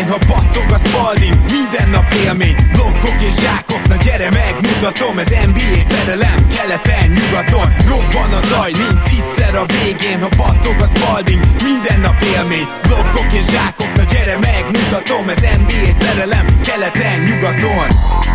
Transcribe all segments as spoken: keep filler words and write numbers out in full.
végén, ha battog a Spalding, minden nap élmény, blokkok és zsákok, na gyere megmutatom, ez en bé á szerelem, keleten, nyugaton, robban a zaj, nincs egyszer a végén, ha battog a Spalding, minden nap élmény, blokkok és zsákok, na gyere megmutatom, ez en bé á szerelem, keleten, nyugaton.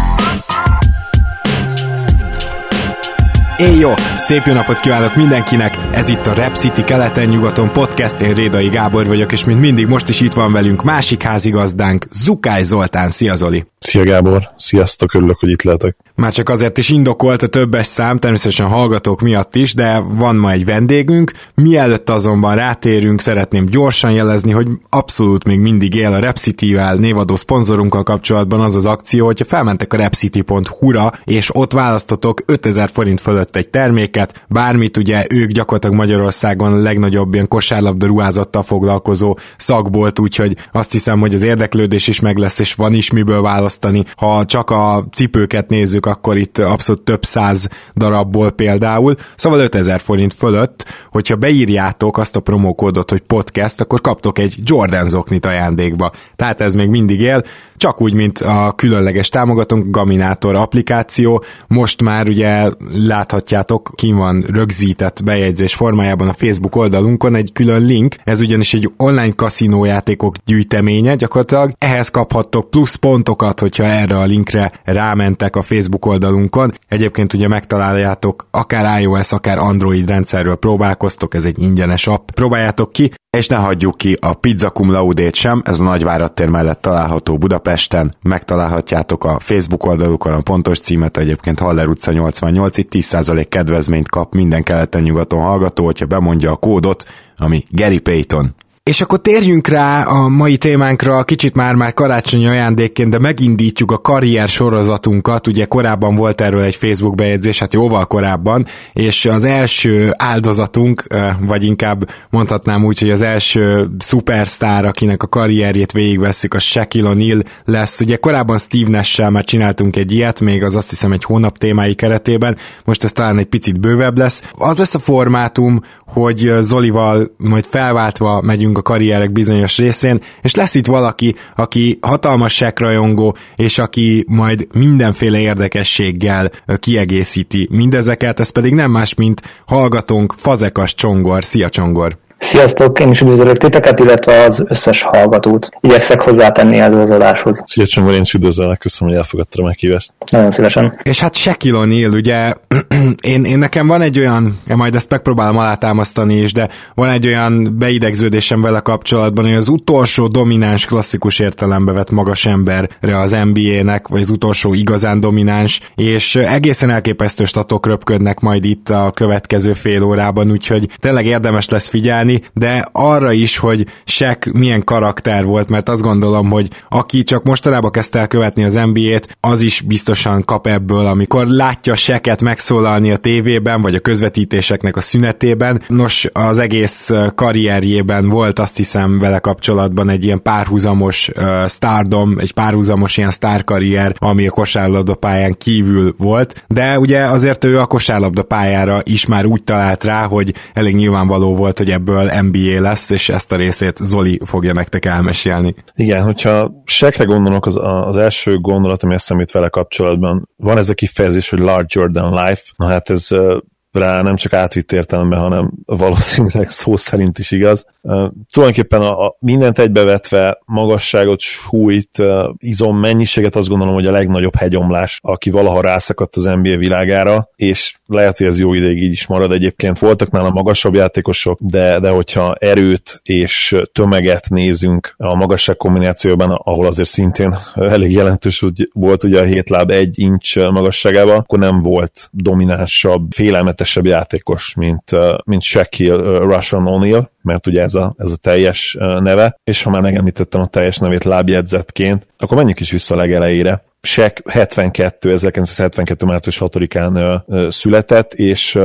Éj jó! Szép jó napot kívánok mindenkinek! Ez itt a Rap City keleten-nyugaton podcast, én Rédai Gábor vagyok, és mint mindig most is itt van velünk másik házigazdánk, Zukály Zoltán. Szia Zoli! Szia Gábor! Sziasztok, örülök, hogy itt lehetek. Már csak azért is indokolt a többes szám, természetesen hallgatók miatt is, de van ma egy vendégünk. Mielőtt azonban rátérünk, szeretném gyorsan jelezni, hogy abszolút még mindig él a Rap City-vel, névadó szponzorunkkal kapcsolatban az az akció, hogyha felmentek a rapcity pont hu-ra, és ott választotok ötezer forint fölött egy terméket, bármit, ugye ők gyakorlatilag Magyarországon a legnagyobb ilyen kosárlabda ruházattal foglalkozó szakbolt, úgyhogy azt hiszem, hogy az érdeklődés is meg lesz, és van is miből választani. Ha csak a cipőket nézzük, akkor itt abszolút több száz darabból például. Szóval ötezer forint fölött, hogyha beírjátok azt a promókódot, hogy podcast, akkor kaptok egy Jordan zoknit ajándékba. Tehát ez még mindig él, csak úgy, mint a különleges támogatónk Gaminator applikáció. Most már ugye láthatjátok, kim van rögzített bejegyzés formájában a Facebook oldalunkon egy külön link, ez ugyanis egy online kaszinójátékok gyűjteménye, gyakorlatilag ehhez kaphattok plusz pontokat, hogyha erre a linkre rámentek a Facebook oldalunkon. Egyébként ugye megtaláljátok, akár iOS, akár Android rendszerről próbálkoztok, ez egy ingyenes app. Próbáljátok ki, és ne hagyjuk ki a Pizza Cum Laude-t sem, ez a Nagyvárad tér mellett található Budapesten, megtalálhatjátok a Facebook oldalukon a pontos címet, egyébként Haller utca nyolcvannyolc, itt tíz százalék kedvezményt kap minden keleten-nyugaton hallgató, hogyha bemondja a kódot, ami Gary Payton. És akkor térjünk rá a mai témánkra, kicsit már-már karácsonyi ajándékként, de megindítjuk a karrier sorozatunkat, ugye korábban volt erről egy Facebook bejegyzés, hát jóval korábban, és az első áldozatunk, vagy inkább mondhatnám úgy, hogy az első szupersztár, akinek a karrierjét végigvesszük, a Shaquille O'Neal lesz. Ugye korábban Steve Nash-sel már csináltunk egy ilyet, még az azt hiszem egy hónap témái keretében, most ez talán egy picit bővebb lesz. Az lesz a formátum, hogy Zolival majd felváltva megyünk a karrierek bizonyos részén, és lesz itt valaki, aki hatalmas Shaq rajongó, és aki majd mindenféle érdekességgel kiegészíti mindezeket, ez pedig nem más, mint hallgatónk Fazekas Csongor. Szia Csongor! Sziasztok, én is üdvözlök titeket, illetve az összes hallgatót. Igyekszek hozzátenni ez az adáshoz. Szia Csongor, én is üdvözlök, köszönöm, hogy elfogadtad a meghívást. Nagyon szívesen. És hát Shaquille O'Neal, ugye én, én nekem van egy olyan, én majd ezt megpróbálom alátámasztani is, de van egy olyan beidegződésem vele kapcsolatban, hogy az utolsó domináns klasszikus értelembe vett magas emberre az en bé á-nek, vagy az utolsó igazán domináns, és egészen elképesztő statok röpködnek majd itt a következő fél órában, úgyhogy tényleg érdemes lesz figyelni, de arra is, hogy Shaq milyen karakter volt, mert azt gondolom, hogy aki csak mostanában kezdte el követni az en bé á-t, az is biztosan kap ebből, amikor látja Shaqet megszólalni a tévében, vagy a közvetítéseknek a szünetében. Nos, az egész karrierjében volt, azt hiszem, vele kapcsolatban egy ilyen párhuzamos uh, stardom, egy párhuzamos ilyen sztárkarrier, ami a kosárlabdapályán kívül volt, de ugye azért ő a kosárlabdapályára is már úgy talált rá, hogy elég nyilvánvaló volt, hogy ebből en bé á lesz, és ezt a részét Zoli fogja nektek elmesélni. Igen, hogyha Shaqre gondolok, az, az első gondolat, ami eszemét vele kapcsolatban, van ez a kifejezés, hogy larger than life, na hát ez rá nem csak átvitt értelemben, hanem valószínűleg szó szerint is igaz. Uh, tulajdonképpen a, a mindent egybevetve, magasságot, súlyt, uh, izom, mennyiséget, azt gondolom, hogy a legnagyobb hegyomlás, aki valaha rászakadt az en bé á világára, és lehet, hogy ez jó ideig így is marad. Egyébként voltak nála magasabb játékosok, de, de hogyha erőt és tömeget nézünk a magasság kombinációban, ahol azért szintén elég jelentős volt ugye a hét láb egy inch magasságában, akkor nem volt dominánsabb, félelmetesebb játékos, mint, mint Shaquille Rushon O'Neal, mert ugye ez a, ez a teljes neve, és ha már megemlítettem a teljes nevét lábjegyzetként, akkor menjünk is vissza a legelejére. Shaq hetvenkettő, ezerkilencszázhetvenkettő március hatodikán született, és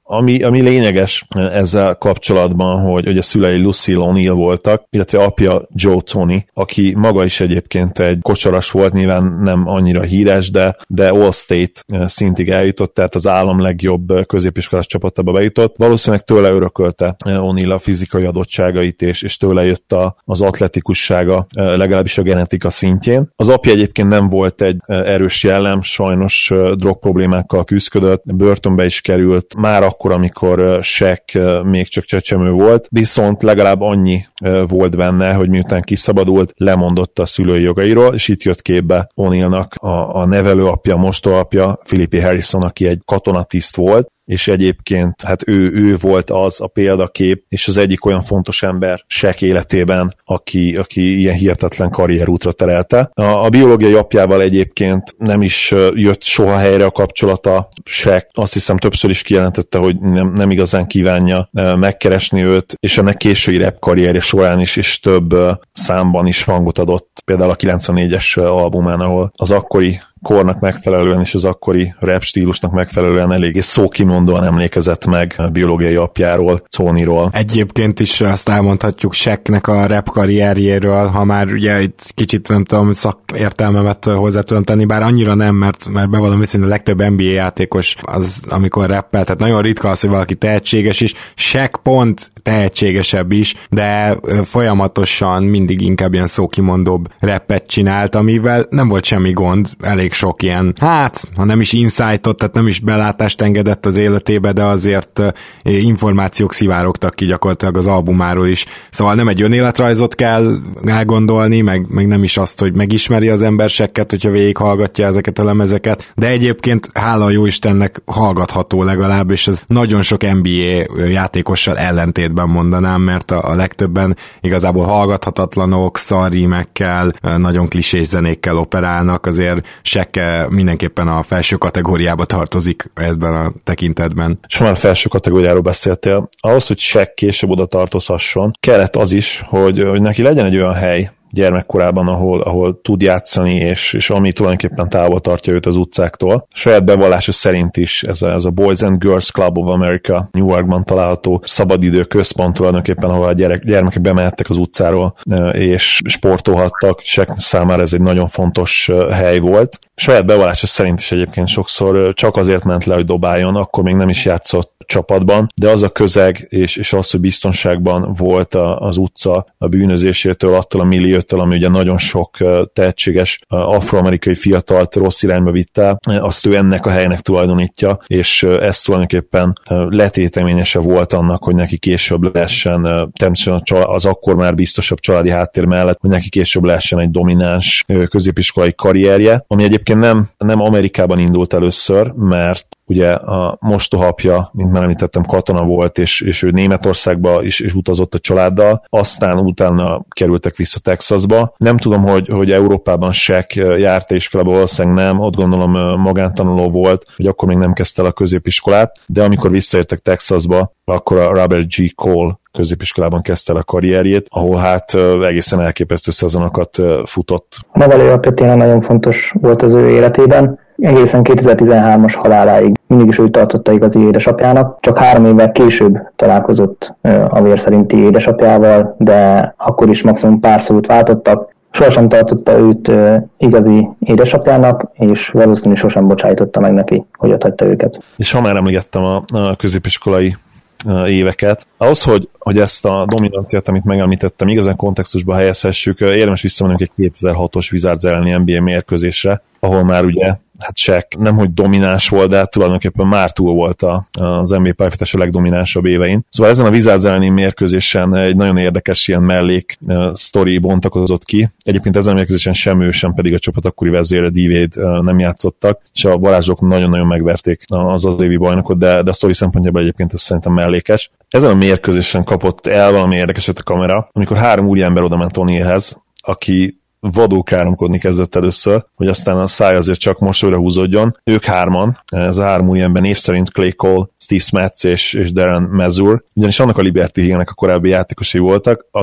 Ami, ami lényeges ezzel kapcsolatban, hogy, hogy a szülei Lucille O'Neill voltak, illetve apja Joe Tony, aki maga is egyébként egy kocsaras volt, nyilván nem annyira híres, de, de All-State szintig eljutott, tehát az állam legjobb középiskolás csapatába bejutott. Valószínűleg tőle örökölte O'Neill a fizikai adottságait, és, és tőle jött a, az atletikussága, legalábbis a genetika szintjén. Az apja egyébként nem volt egy erős jellem, sajnos drogproblémákkal küzdött, börtönbe is került, már akkor, amikor Shaq még csak csecsemő volt, viszont legalább annyi volt benne, hogy miután kiszabadult, lemondott a szülői jogairól, és itt jött képbe O'Neillnak a, a nevelőapja, mostoapja, Philippi Harrison, aki egy katonatiszt volt, és egyébként hát ő, ő volt az a példakép, és az egyik olyan fontos ember Shaq életében, aki, aki ilyen hihetetlen karrierútra terelte. A, a biológiai apjával egyébként nem is jött soha helyre a kapcsolata. Shaq azt hiszem többször is kijelentette, hogy nem, nem igazán kívánja megkeresni őt, és ennek késői rap karrierje során is, és több számban is hangot adott, például a kilencvennégyes albumán, ahol az akkori kornak megfelelően és az akkori rap stílusnak megfelelően eléggé szókimondóan emlékezett meg a biológiai apjáról, Tonyról. Egyébként is azt elmondhatjuk Shaqnek a rap karrierjéről, ha már ugye itt kicsit nem tudom szakértelmemet hozzá tudom tenni, bár annyira nem, mert, mert bevallom viszont a legtöbb en bé á játékos az, amikor rappel, tehát nagyon ritka az, hogy valaki tehetséges is, Shaq pont tehetségesebb is, de folyamatosan mindig inkább ilyen szókimondóbb rappet csinált, amivel nem volt semmi gond, elég sok ilyen, hát, ha nem is insightot, tehát nem is belátást engedett az életébe, de azért uh, információk szivárogtak ki gyakorlatilag az albumáról is. Szóval nem egy önéletrajzot kell elgondolni, meg, meg nem is azt, hogy megismeri az ember Shaqet, hogyha végighallgatja ezeket a lemezeket, de egyébként hála a jóistennek hallgatható legalább, és ez nagyon sok en bé á játékossal ellentétben mondanám, mert a, a legtöbben igazából hallgathatatlanok, szarrímekkel, nagyon klisés zenékkel operálnak, azért Shaq mindenképpen a felső kategóriába tartozik ebben a tekintetben. És már felső kategóriáról beszéltél. Ahhoz, hogy Shaq később oda tartozhasson, kellett az is, hogy, hogy neki legyen egy olyan hely gyermekkorában, ahol, ahol tud játszani, és, és ami tulajdonképpen távol tartja őt az utcáktól. Saját bevallása szerint is ez a, ez a Boys and Girls Club of America New Yorkban található szabadidő központ tulajdonképpen, ahol a gyerek, gyermekek bemehettek az utcáról, és sportolhattak. Shaq számára ez egy nagyon fontos hely volt. Saját bevallása szerint is egyébként sokszor csak azért ment le, hogy dobáljon, akkor még nem is játszott csapatban, de az a közeg és, és az, hogy biztonságban volt a, az utca a bűnözésétől, attól a milliótől, ami ugye nagyon sok tehetséges afroamerikai fiatalt rossz irányba vitte, azt ő ennek a helynek tulajdonítja, és ez tulajdonképpen letéteményese volt annak, hogy neki később lehessen, természetesen az akkor már biztosabb családi háttér mellett, hogy neki később lehessen egy domináns középiskolai karrierje, ami egyébként nem, nem Amerikában indult először, mert ugye a mostohapja, mint már említettem, katona volt, és, és ő Németországba is, is utazott a családdal, aztán utána kerültek vissza Texasba. Nem tudom, hogy, hogy Európában Shaq járt iskolába, valószínűleg nem, ott gondolom magántanuló volt, hogy akkor még nem kezdte el a középiskolát, de amikor visszaértek Texasba, akkor a Robert G. Cole középiskolában kezdte el a karrierjét, ahol hát egészen elképesztő szezonokat futott. A nevelőapja tényleg nagyon fontos volt az ő életében. Egészen kétezer-tizenhármas haláláig mindig is úgy tartotta igazi édesapjának. Csak három évvel később találkozott a vér szerinti édesapjával, de akkor is maximum pár szót váltottak. Sosem tartotta őt igazi édesapjának, és valószínűleg sosem bocsájtotta meg neki, hogy ott hagyta őket. És ha már emlegettem a, a középiskolai éveket. Ahhoz, hogy, hogy ezt a dominanciát, amit megemlítettem, igazán kontextusba helyezhessük, érdemes visszamennünk egy kétezer-hatos Wizards elleni en bé á mérkőzésre, ahol már ugye hát Shaq nemhogy domináns volt, de hát tulajdonképpen már túl volt a, az en bé á pályafutás a legdominánsabb évein. Szóval ezen a Wizards elleni mérkőzésen egy nagyon érdekes ilyen mellék uh, sztori bontakozott ki. Egyébként ezen a mérkőzésen sem ő, sem pedig a csapat akkori vezére, D-Wade uh, nem játszottak, és a varázslók nagyon-nagyon megverték az az évi bajnokot, de, de a sztori szempontjából egyébként ez szerintem mellékes. Ezen a mérkőzésen kapott el valami érdekeset a kamera, amikor három úriember oda ment O'Neillhez, aki vadul káromkodni kezdett először, hogy aztán a száj azért csak mosolyra húzódjon. Ők hárman, ez a három úriember név szerint Clay Cole, Steve Smets és, és Darren Mazur, ugyanis annak a Liberty Hillnek a korábbi játékosai voltak, akik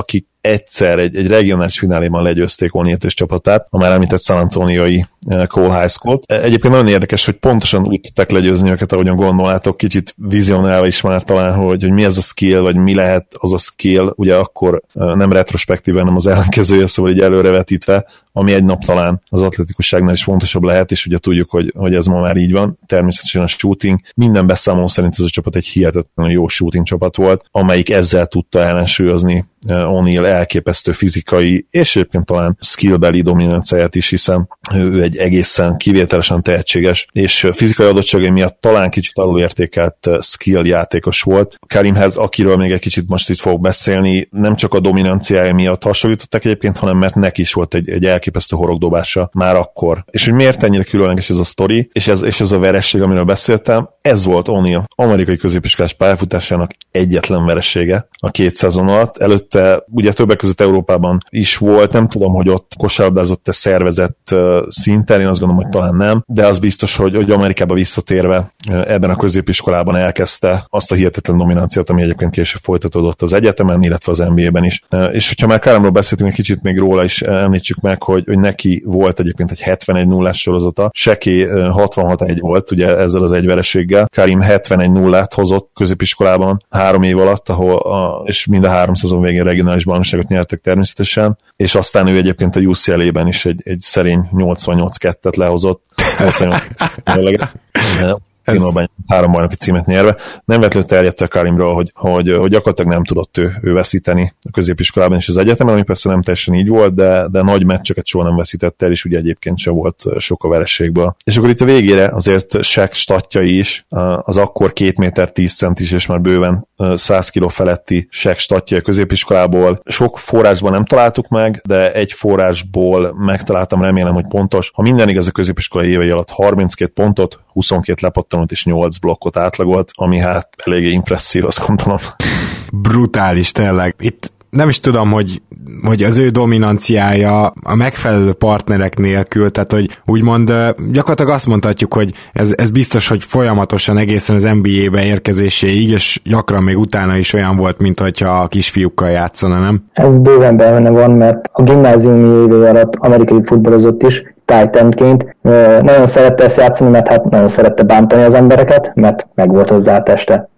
egyszer egy, egy regionális fináléban legyőzték O'Neillt és csapatát, a már említett San Antonioi Cole High School-t. Egyébként nagyon érdekes, hogy pontosan úgy tudták legyőzni őket, ahogyan gondolátok, kicsit vizionálva is már talán, hogy, hogy mi ez a skill, vagy mi lehet az a skill, ugye akkor nem retrospektíven, nem az ellenkezője, szóval így előrevetítve, ami egy nap talán az atletikusságnál is fontosabb lehet, és ugye tudjuk, hogy, hogy ez ma már így van. Természetesen a shooting, minden beszámoló szerint ez a csapat egy hihetetlenül jó shooting csapat volt, amelyik ezzel tudta ellensúlyozni O'Neil elképesztő fizikai, és egyébként talán skillbeli dominanciáját is, hiszen ő egy egészen kivételesen tehetséges, és fizikai adottságai miatt talán kicsit alulértékelt skill játékos volt. Karimhez, akiről még egy kicsit most itt fogok beszélni, nem csak a dominanciája miatt hasonlítottak egyébként, hanem mert neki is volt egy, egy elképesztő horogdobása már akkor. És hogy miért ennyire különleges ez a sztori, és ez, és ez a veresség, amiről beszéltem, ez volt O'Neil amerikai középiskolás pályafutásának egyetlen veresége a két szezon alatt. Előtte ugye többek között Európában is volt, nem tudom, hogy ott kosárlabdázott-e szervezett szinten, én azt gondolom, hogy talán nem, de az biztos, hogy, hogy Amerikába visszatérve ebben a középiskolában elkezdte azt a hihetetlen dominanciát, ami egyébként később folytatódott az egyetemen, illetve az en bé á-ben is. És hogyha már Karimról beszéltünk, egy kicsit még róla is említsük meg, hogy, hogy neki volt egyébként egy hetvenegy nullás sorozata, Shaqé hatvanhat egy volt, ugye ezzel az egyvereséggel. Karim hetvenegy nullát hozott középiskolában három év alatt, ahol a, és mind a három szezon végén regionális bajnokságot nyertek természetesen, és aztán ő egyébként a u cé el á-ben is egy, egy szerény nyolcvannyolc kettőt lehozott. nyolcvannyolc Finalban három bajnoki címet nyerve. Nem vetlenül terjedt el Karimról, hogy, hogy, hogy gyakorlatilag nem tudott ő, ő veszíteni a középiskolában és az egyetemen, ami persze nem teljesen így volt, de, de nagy meccseket soha nem veszített el, és ugye egyébként sem volt sok a vereségből. És akkor itt a végére azért Shaq statjai is, az akkor két méter tíz centis és már bőven száz kiló feletti Shaq statjai a középiskolából. Sok forrásban nem találtuk meg, de egy forrásból megtaláltam, remélem, hogy pontos. Ha minden igaz, a középiskolai évei alatt harminckét pontot, huszonkét lepattanót és nyolc blokkot átlagolt, ami hát eléggé impresszív, azt gondolom. Brutális, tényleg. Itt nem is tudom, hogy, hogy az ő dominanciája a megfelelő partnerek nélkül, tehát hogy úgymond gyakorlatilag azt mondhatjuk, hogy ez, ez biztos, hogy folyamatosan egészen az en bé á-be érkezéséig, és gyakran még utána is olyan volt, mint hogyha a kisfiúkkal játszana, nem? Ez bőven benne van, mert a gimnáziumi évei alatt amerikai futballozott is, tight endként. Nagyon szerette ezt játszani, mert hát nagyon szerette bántani az embereket, mert meg volt hozzá a teste.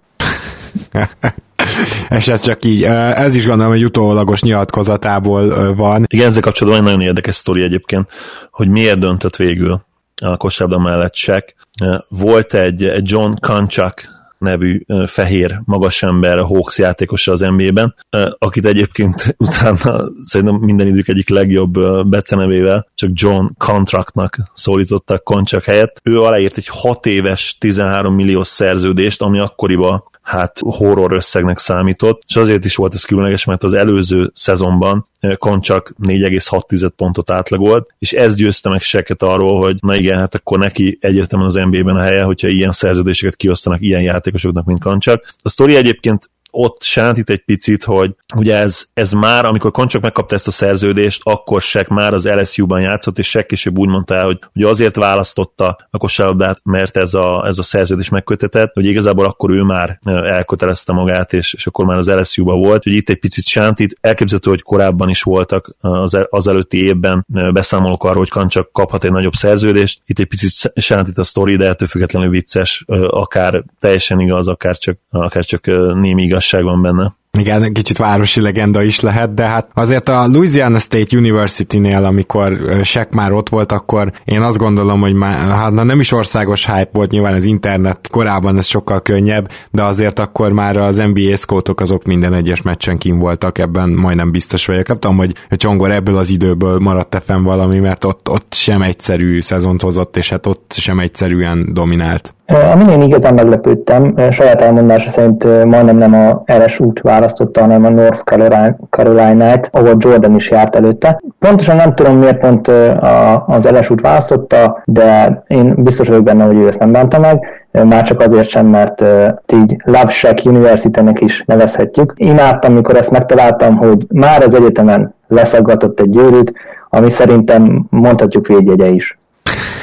És ez csak így, ez is gondolom, hogy utólagos nyilatkozatából van. Igen, ezzel kapcsolatban egy nagyon érdekes sztori egyébként, hogy miért döntött végül a kosárlabda mellett Shaq. Volt egy, egy John Konchak nevű fehér magasember, Hawks játékosa az en bé á-ben, akit egyébként utána szerintem minden idők egyik legjobb becenevével, csak John Contractnak szólítottak Konchak helyett. Ő aláírt egy hat éves, tizenhárom milliós szerződést, ami akkoriban hát horror összegnek számított, és azért is volt ez különleges, mert az előző szezonban Konchak négy egész hat pontot átlagolt, és ez győzte meg Shaqet arról, hogy na igen, hát akkor neki egyértelműen az en bé á-ben a helye, hogyha ilyen szerződéseket kiosztanak ilyen játékosoknak, mint Konchak. A sztori egyébként ott sántít egy picit, hogy ugye ez, ez már, amikor Konchak megkapta ezt a szerződést, akkor Shaq már az el es u-ban játszott, és Shaq később úgy mondta el, hogy, hogy azért választotta a kosárlabdát, mert ez a, ez a szerződés megkötetett, hogy igazából akkor ő már elkötelezte magát, és, és akkor már az el es u-ban volt, hogy itt egy picit sántít. Elképzelhető, hogy korábban is voltak az, az előtti évben beszámolok arról, hogy Konchak kaphat egy nagyobb szerződést. Itt egy picit sántít a sztori, de ettől függetlenül vicces, akár teljesen igaz, akár csak, akár csak némi igaz van benne. Igen, kicsit városi legenda is lehet, de hát azért a Louisiana State University-nél, amikor Shaq már ott volt, akkor én azt gondolom, hogy már, hát nem is országos hype volt, nyilván az internet korában ez sokkal könnyebb, de azért akkor már az en bé á scoutok azok minden egyes meccsen kín voltak, ebben majdnem biztos vagyok. Nem tudom, hogy Csongor ebből az időből maradt-e fenn valami, mert ott, ott sem egyszerű szezont hozott, és hát ott sem egyszerűen dominált. Amin én igazán meglepődtem, saját elmondása szerint majdnem nem a er es út választotta, hanem a North Carolina-t, ahol Jordan is járt előtte. Pontosan nem tudom, miért pont az er es út választotta, de én biztos vagyok benne, hogy ő ezt nem bánta meg, már csak azért sem, mert így Love Shack University-nek is nevezhetjük. Imádtam, mikor ezt megtaláltam, hogy már az egyetemen leszaggatott egy győrűt, ami szerintem mondhatjuk védjegye is.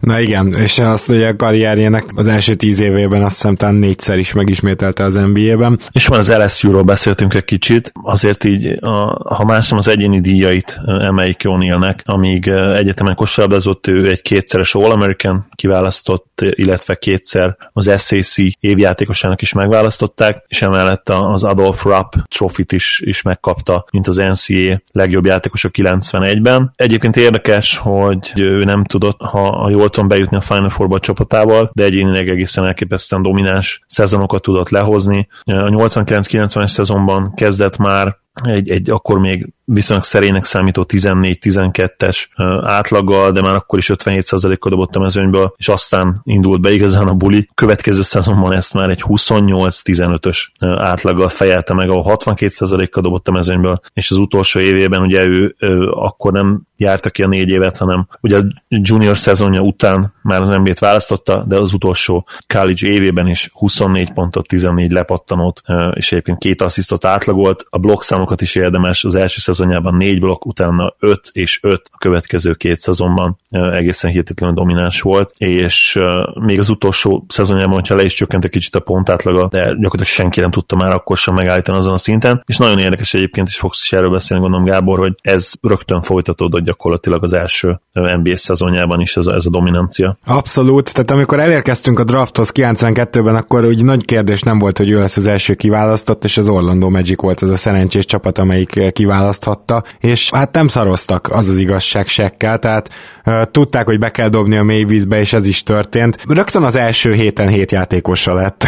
Na igen, és azt ugye a karrierjének az első tíz évében azt hiszem talán négyszer is megismételte az en bé á-ben. És van az el es u-ról beszéltünk egy kicsit, azért így, a, ha más nem az egyéni díjait emeljük O'Nealnek, amíg egyetemen kosárlabdázott, ő egy kétszeres All-American kiválasztott, illetve kétszer az es á cé évjátékosának is megválasztották, és emellett az Adolph Rupp trofit is, is megkapta, mint az en cé á á legjobb játékos a kilencvenegyben. Egyébként érdekes, hogy ő nem tudott, ha jól tudom, bejutni a Final Four-ba a csapatával, de egyénileg egészen elképesztően domináns szezonokat tudott lehozni. A nyolcvankilenc kilencvenes szezonban kezdett már egy, egy akkor még viszonylag szerénynek számító tizennégy tizenkettes átlaggal, de már akkor is ötvenhét százalékkal dobott a mezőnyből, és aztán indult be igazán a buli. Következő szezonban ezt már egy huszonnyolc tizenötös átlaggal fejelte meg, ahol hatvankét százalékkal dobott a mezőnyből, és az utolsó évében ugye ő, ő akkor nem járta ki a négy évet, hanem ugye a junior szezonja után már az en bé á-t választotta, de az utolsó college évében is huszonnégy pontot, tizennégy lepattanót, és egyébként két asszisztot átlagolt. A blokkszámokat is érdemes, az első szezonjában négy blokk, utána öt és öt a következő két szezonban egészen hihetetlenül domináns volt, és még az utolsó szezonjában, hogyha le is csökkent egy kicsit a pontátlaga, de gyakorlatilag senki nem tudta már akkor sem megállítani azon a szinten, és nagyon érdekes egyébként, és fogsz is erről beszélni, gondolom Gábor, hogy ez rögtön folytatódott gyakorlatilag az első en bé á szezonjában is ez a, ez a dominancia. Abszolút, tehát amikor elérkeztünk a drafthoz kilencvenkettőben, akkor úgy nagy kérdés nem volt, hogy ő lesz az első kiválasztott, és az Orlando Magic volt az a szerencsés csapat, amelyik kiválaszthatta, és hát nem szaroztak, az az igazság sekkel, tehát uh, tudták, hogy be kell dobni a mély vízbe, és ez is történt. Rögtön az első héten hét játékosa lett.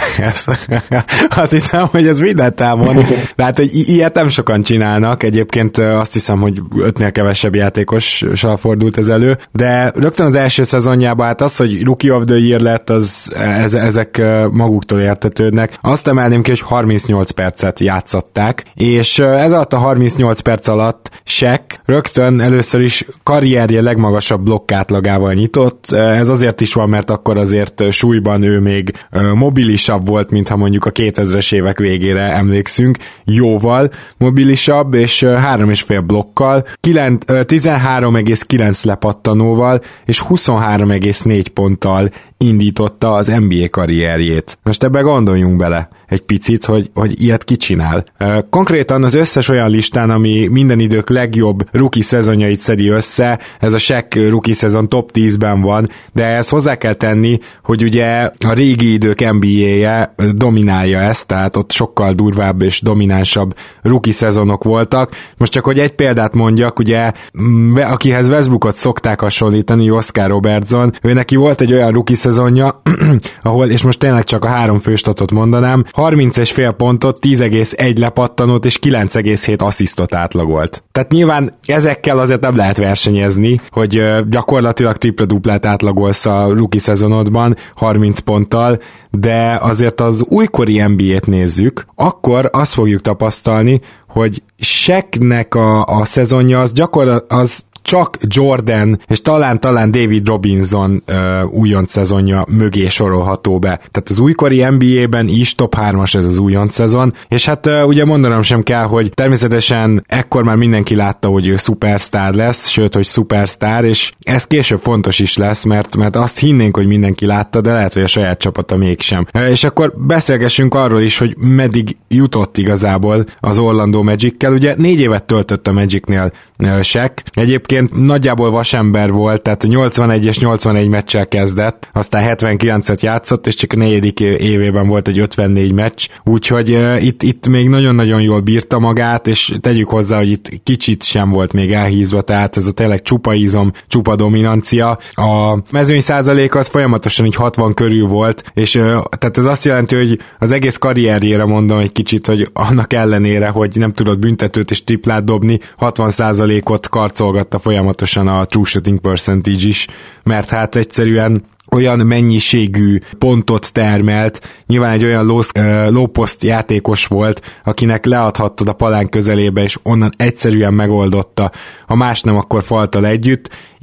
Azt hiszem, hogy ez mindent elmond. Tehát i- ilyet nem sokan csinálnak, egyébként uh, azt hiszem, hogy ötnél kevesebb játékossal fordult ez elő, de rögtön az első szezonjában hát az, hogy Rookie of the Year lett, az, ez, ezek uh, maguktól értetődnek. Azt emelném ki, hogy harmincnyolc percet játszották, és uh, ez alatt a harmincnyolc perc alatt Shaq rögtön először is karrierje legmagasabb blokkátlagával nyitott. Ez azért is van, mert akkor azért súlyban ő még mobilisabb volt, mintha mondjuk a kétezres évek végére emlékszünk, jóval mobilisabb, és három és fél blokkal, tizenhárom egész kilenc lepattanóval, és huszonhárom egész négy ponttal indította az en bé á karrierjét. Most ebbe gondoljunk bele egy picit, hogy, hogy ilyet kicsinál. Konkrétan az összes olyan listán, ami minden idők legjobb rookie szezonjait szedi össze, ez a Shaq rookie szezon top tízben van, de ezt hozzá kell tenni, hogy ugye a régi idők en bé á-je dominálja ezt, tehát ott sokkal durvább és dominánsabb rookie szezonok voltak. Most csak, hogy egy példát mondjak, ugye akihez Westbrookot szokták hasonlítani, Oscar Robertson, ő neki volt egy olyan rookie szezonja, ahol, és most tényleg csak a három főstatot mondanám, harminc és fél pontot, tíz egész egy lepattanót és kilenc egész hét asszisztot átlagolt. Tehát nyilván ezekkel azért nem lehet versenyezni, hogy gyakorlatilag tripla-duplát átlagolsz a rookie szezonodban harminc ponttal, de azért az újkori en bé á-t nézzük, akkor azt fogjuk tapasztalni, hogy Shaqnek a, a szezonja az gyakorlatilag az csak Jordan és talán-talán David Robinson uh, újonc szezonja mögé sorolható be. Tehát az újkori en bé á-ben is top hármas ez az újonc szezon, és hát uh, ugye mondanom sem kell, hogy természetesen ekkor már mindenki látta, hogy ő szupersztár lesz, sőt, hogy szupersztár, és ez később fontos is lesz, mert, mert azt hinnénk, hogy mindenki látta, de lehet, hogy a saját csapata mégsem. Uh, és akkor beszélgessünk arról is, hogy meddig jutott igazából az Orlando Magic-kel. Ugye négy évet töltött a Magicnél uh, Shaq. Egyébként nagyjából vasember volt, tehát nyolcvanegy és nyolcvanegy meccsel kezdett, aztán hetvenkilencet játszott, és csak a negyedik évében volt egy ötvennégy meccs, úgyhogy uh, itt, itt még nagyon-nagyon jól bírta magát, és tegyük hozzá, hogy itt kicsit sem volt még elhízva, tehát ez a tényleg csupa izom, csupa dominancia. A mezőny százalék az folyamatosan így hatvan körül volt, és uh, tehát ez azt jelenti, hogy az egész karrierjére mondom egy kicsit, hogy annak ellenére, hogy nem tudott büntetőt és triplát dobni, hatvan százalékot karcolgatta folyamatosan a true shooting percentage is, mert hát egyszerűen olyan mennyiségű pontot termelt, nyilván egy olyan low, uh, low post játékos volt, akinek leadhattad a palánk közelébe, és onnan egyszerűen megoldotta, ha más nem, akkor faltal együtt,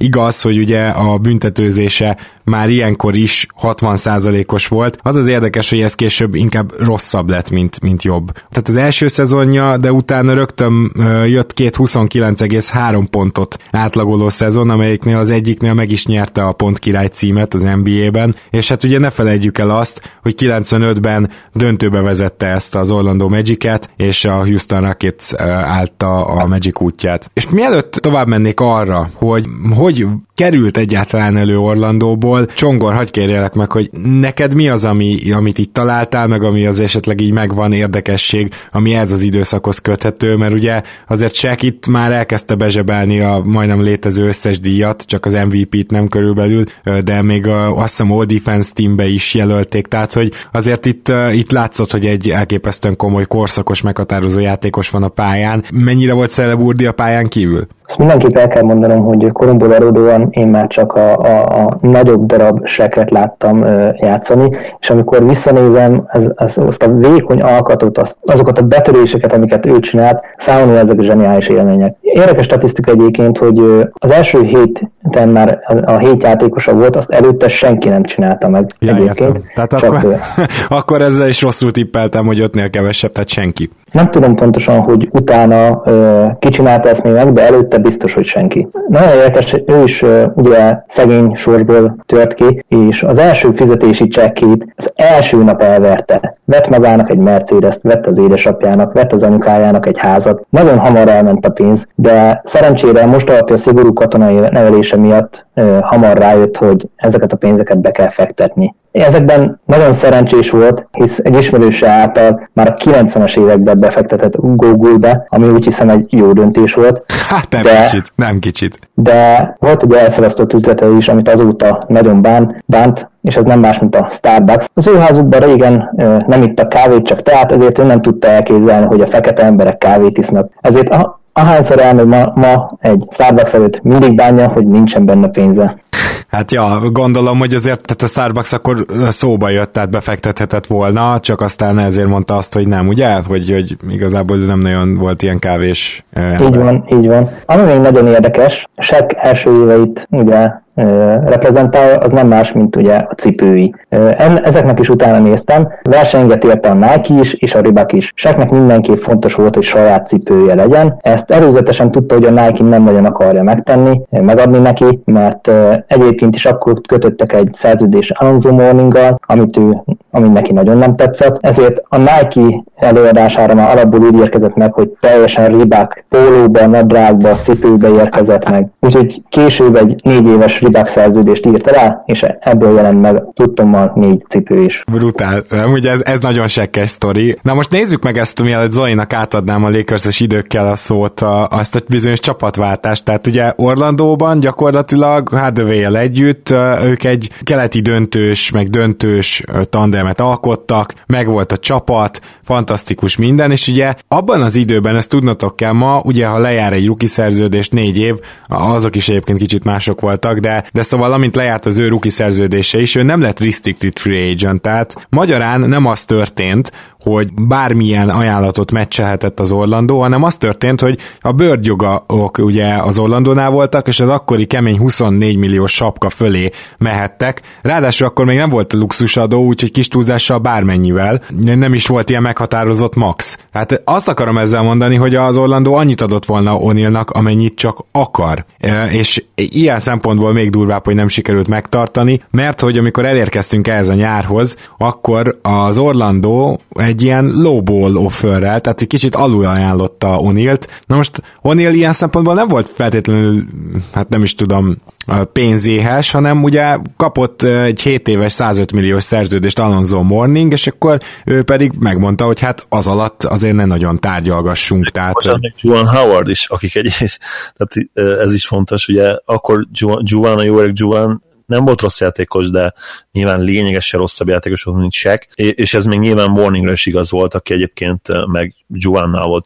igaz, hogy ugye a büntetőzése már ilyenkor is hatvan százalékos volt. Az az érdekes, hogy ez később inkább rosszabb lett, mint, mint jobb. Tehát az első szezonja, de utána rögtön jött két huszonkilenc egész három pontot átlagoló szezon, amelyiknél az egyiknél meg is nyerte a pontkirály címet az en bé á-ben, és hát ugye ne felejtjük el azt, hogy kilencvenötben döntőbe vezette ezt az Orlando Magic-et, és a Houston Rockets állta a Magic útját. És mielőtt tovább mennék arra, hogy hogy került egyáltalán elő Orlandóból, Csongor, hagyj kérjelek meg, hogy neked mi az, ami, amit itt találtál, meg ami az esetleg így megvan érdekesség, ami ez az időszakhoz köthető, mert ugye azért Shaq itt már elkezdte bezsebelni a majdnem létező összes díjat, csak az em vé pét nem körülbelül, de még a, azt hiszem All Defense teambe is jelölték, tehát hogy azért itt, itt látszott, hogy egy elképesztően komoly korszakos meghatározó játékos van a pályán. Mennyire volt Celeburdi a pályán kívül? Azt mindenképp el kell mondanom, hogy koromból adódóan én már csak a, a, a nagyobb darab Shaqet láttam ö, játszani, és amikor visszanézem az, az, azt a vékony alkatot, azt, azokat a betöréseket, amiket ő csinált, számomra ezek a zseniális élmények. Érdekes statisztika egyébként, hogy ö, az első héten már a, a hét játékosa volt, azt előtte senki nem csinálta meg ja, egyébként. Tehát akkor, akkor ezzel is rosszul tippeltem, hogy ötnél kevesebb, tehát senki. Nem tudom pontosan, hogy utána ö, ki csinálta ezt még meg, de előtte biztos, hogy senki. Nagyon érdekes, ő is ö, ugye szegény sorsból tört ki, és az első fizetési csekkét az első nap elverte. Vett magának egy Mercedes-t, vett az édesapjának, vett az anyukájának egy házat. Nagyon hamar elment a pénz, de szerencsére most alapja a szigorú katonai nevelése miatt ö, hamar rájött, hogy ezeket a pénzeket be kell fektetni. Ezekben nagyon szerencsés volt, hisz egy ismerőse által már a kilencvenes években befektetett Google-be, ami úgy hiszem egy jó döntés volt. Hát nem de, kicsit, nem kicsit. De volt egy elszalasztott üzlete is, amit azóta nagyon bán, bánt, és ez nem más, mint a Starbucks. Az ő házukban régen nem ittak kávét, csak teát, ezért ő nem tudta elképzelni, hogy a fekete emberek kávét isznak. Ezért a, ahányszor elmegy ma, ma egy Starbucks előtt, mindig bánja, hogy nincsen benne pénze. Hát ja, gondolom, hogy azért tehát a Starbucks akkor szóba jött, tehát befektethetett volna, csak aztán ezért mondta azt, hogy nem, ugye? Hogy, hogy igazából nem nagyon volt ilyen kávés ember. Így van, így van. Ami még nagyon érdekes, Shaq első éveit ugye reprezentál, az nem más, mint ugye a cipői. Ezeknek is utána néztem, versenget érte a Nike is, és a Reebok is. Shaqnek mindenképp fontos volt, hogy saját cipője legyen. Ezt előzetesen tudta, hogy a Nike nem nagyon akarja megtenni, megadni neki, mert egyébként is akkor kötöttek egy szerződés Alonzo Mourninggal, amit ő, ami neki nagyon nem tetszett. Ezért a Nike előadására már alapból úgy érkezett meg, hogy teljesen Reebok pólóba, nadrágba, cipőbe érkezett meg. Úgyhogy később egy négy éves Reebok szerződést írt rá, és ebből jelent meg tudtommal négy cipő is. Brutál. Ugye ez, ez nagyon sekkes sztori. Na most nézzük meg ezt, mielőtt Zolinak átadnám a Lakers-es időkkel a szót, a, azt a bizonyos csapatváltást. Tehát ugye Orlandóban gyakorlatilag Hardaway-jel együtt ők egy keleti döntős, meg döntős tandemet alkottak, meg volt a csapat, fantasztikus minden, és ugye abban az időben, ezt tudnotok kell ma, ugye ha lejár egy rookie szerződés négy év, azok is egyébként kicsit mások voltak, de, de szóval amint lejárt az ő rookie szerződése is, ő nem lett restricted free agent, tehát magyarán nem az történt, hogy bármilyen ajánlatot meccselhetett az Orlandó, hanem az történt, hogy a bőrgyogok ugye az Orlandónál voltak, és az akkori kemény huszonnégy milliós sapka fölé mehettek. Ráadásul akkor még nem volt luxusadó, úgyhogy kis túlzással bármennyivel. Nem is volt ilyen meghatározott max. Hát azt akarom ezzel mondani, hogy az Orlandó annyit adott volna O'Nealnak, amennyit csak akar. És ilyen szempontból még durvább, hogy nem sikerült megtartani, mert hogy amikor elérkeztünk ehhez a nyárhoz, akkor az Orlandó egy ilyen lowball offerrel, tehát egy kicsit alul ajánlotta O'Nealt. Na most O'Neal ilyen szempontból nem volt feltétlenül, hát nem is tudom, pénzéhes, hanem ugye kapott egy hét éves százöt milliós szerződést Alonzo Mourning, és akkor ő pedig megmondta, hogy hát az alatt azért ne nagyon tárgyalgassunk. Tehát... Most még Juwan Howard is, akik egy, tehát ez is fontos, ugye akkor Juwan, a jó öreg Juwan nem volt rossz játékos, de nyilván lényegesen rosszabb játékos volt, mint Shaq, és ez még nyilván Mourningra is igaz volt, aki egyébként meg Juwannál volt jobb.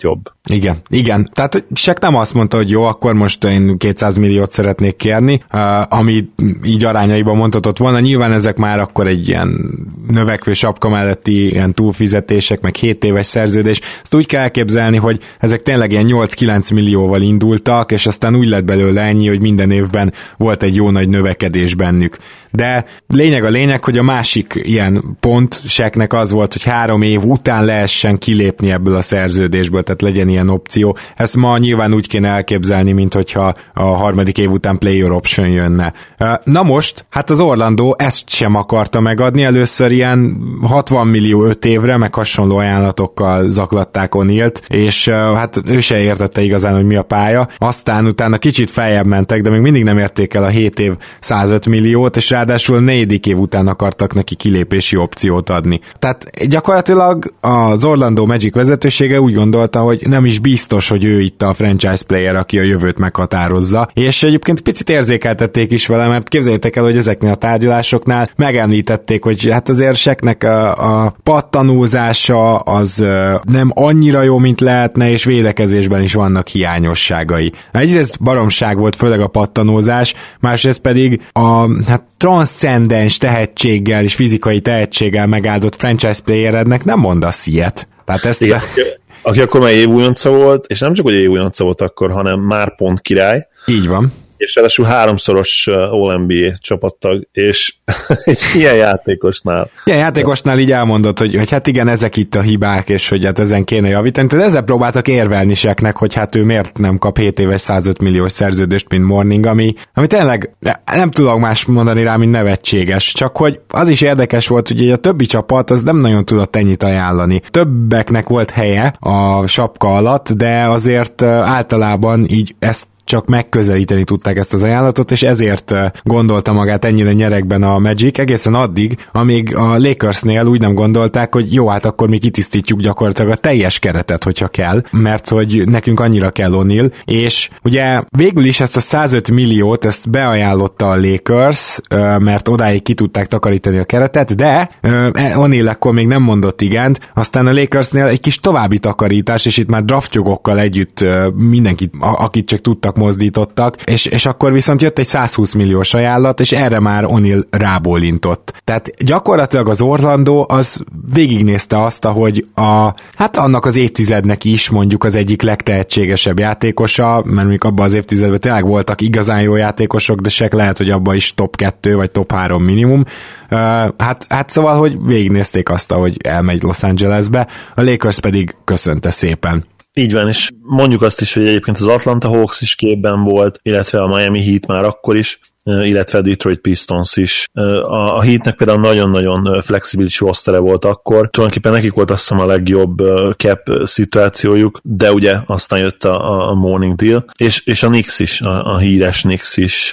Igen, igen. Tehát Shaq nem azt mondta, hogy jó, akkor most én kétszáz milliót szeretnék kérni, ami így arányaiban mondhatott volna. Nyilván ezek már akkor egy ilyen növekvő sapka melletti ilyen túlfizetések, meg hét éves szerződés. Ezt úgy kell elképzelni, hogy ezek tényleg ilyen nyolc-kilenc millióval indultak, és aztán úgy lett belőle ennyi, hogy minden évben volt egy jó nagy növekedés bennük. De lényeg a lényeg, hogy a másik ilyen pont Shaqnek az volt, hogy három év után lehessen kilépni ebből a szerződésből, tehát legyen ilyen opció. Ezt ma nyilván úgy kéne elképzelni, mint hogyha a harmadik év után player option jönne. Na most, hát az Orlando ezt sem akarta megadni, először ilyen hatvan millió öt évre, meg hasonló ajánlatokkal zaklatták O'Nealt, és hát ő se értette igazán, hogy mi a pálya. Aztán utána kicsit feljebb mentek, de még mindig nem érték el a hét év százöt milliót, és ráadásul a negyedik év után akartak neki kilépési opciót adni. Tehát gyakorlatilag az Orlando Magic vezetősége úgy gondolta, hogy nem is biztos, hogy ő itt a franchise player, aki a jövőt meghatározza, és egyébként picit érzékeltették is vele, mert képzeljétek el, hogy ezeknél a tárgyalásoknál megemlítették, hogy hát azért Shaqnek a, a pattanózása az nem annyira jó, mint lehetne, és védekezésben is vannak hiányosságai. Egyrészt baromság volt, főleg a pattanózás, másrészt pedig a hát transzcendens tehetséggel és fizikai tehetséggel megáldott franchise playerednek nem mondasz ilyet. Tehát ezt... Igen, aki akkor már évújonca volt, és nem csak, hogy évújonca volt akkor, hanem már pont király. Így van. És ráadásul háromszoros All-en bé á csapattag, és egy ilyen játékosnál. Ilyen játékosnál így elmondott, hogy, hogy hát igen, ezek itt a hibák, és hogy hát ezen kéne javítani. Tehát ezzel próbáltak érvelni Shaqnek, hogy hát ő miért nem kap hét éves százöt milliós szerződést, mint Morning, ami, ami tényleg nem tudok más mondani rá, mint nevetséges. Csak hogy az is érdekes volt, hogy a többi csapat az nem nagyon tudott ennyit ajánlani. Többeknek volt helye a sapka alatt, de azért általában így ezt csak megközelíteni tudták ezt az ajánlatot, és ezért gondolta magát ennyire nyerekben a Magic, egészen addig, amíg a Lakersnél úgy nem gondolták, hogy jó, hát akkor mi kitisztítjuk gyakorlatilag a teljes keretet, hogyha kell, mert hogy nekünk annyira kell O'Neal, és ugye végül is ezt a százöt milliót, ezt beajánlotta a Lakers, mert odáig ki tudták takarítani a keretet, de O'Neal akkor még nem mondott igent, aztán a Lakersnél egy kis további takarítás, és itt már draftjogokkal együtt mindenkit, akit csak tudtak, mozdítottak, és, és akkor viszont jött egy százhúsz milliós ajánlat, és erre már O'Neal rábólintott. Tehát gyakorlatilag az Orlando az végignézte azt, hogy a, hát annak az évtizednek is mondjuk az egyik legtehetségesebb játékosa, mert mondjuk abban az évtizedben tényleg voltak igazán jó játékosok, de Shaq lehet, hogy abban is top kettő vagy top három minimum. Uh, hát, hát szóval, hogy végignézték azt, hogy elmegy Los Angelesbe, a Lakers pedig köszönte szépen. Így van, és mondjuk azt is, hogy egyébként az Atlanta Hawks is képben volt, illetve a Miami Heat már akkor is, illetve a Detroit Pistons is. A Heatnek például nagyon-nagyon flexibilis rostere volt akkor, tulajdonképpen nekik volt azt hiszem a legjobb cap szituációjuk, de ugye aztán jött a, a Morning Deal, és, és a Knicks is, a, a híres Knicks is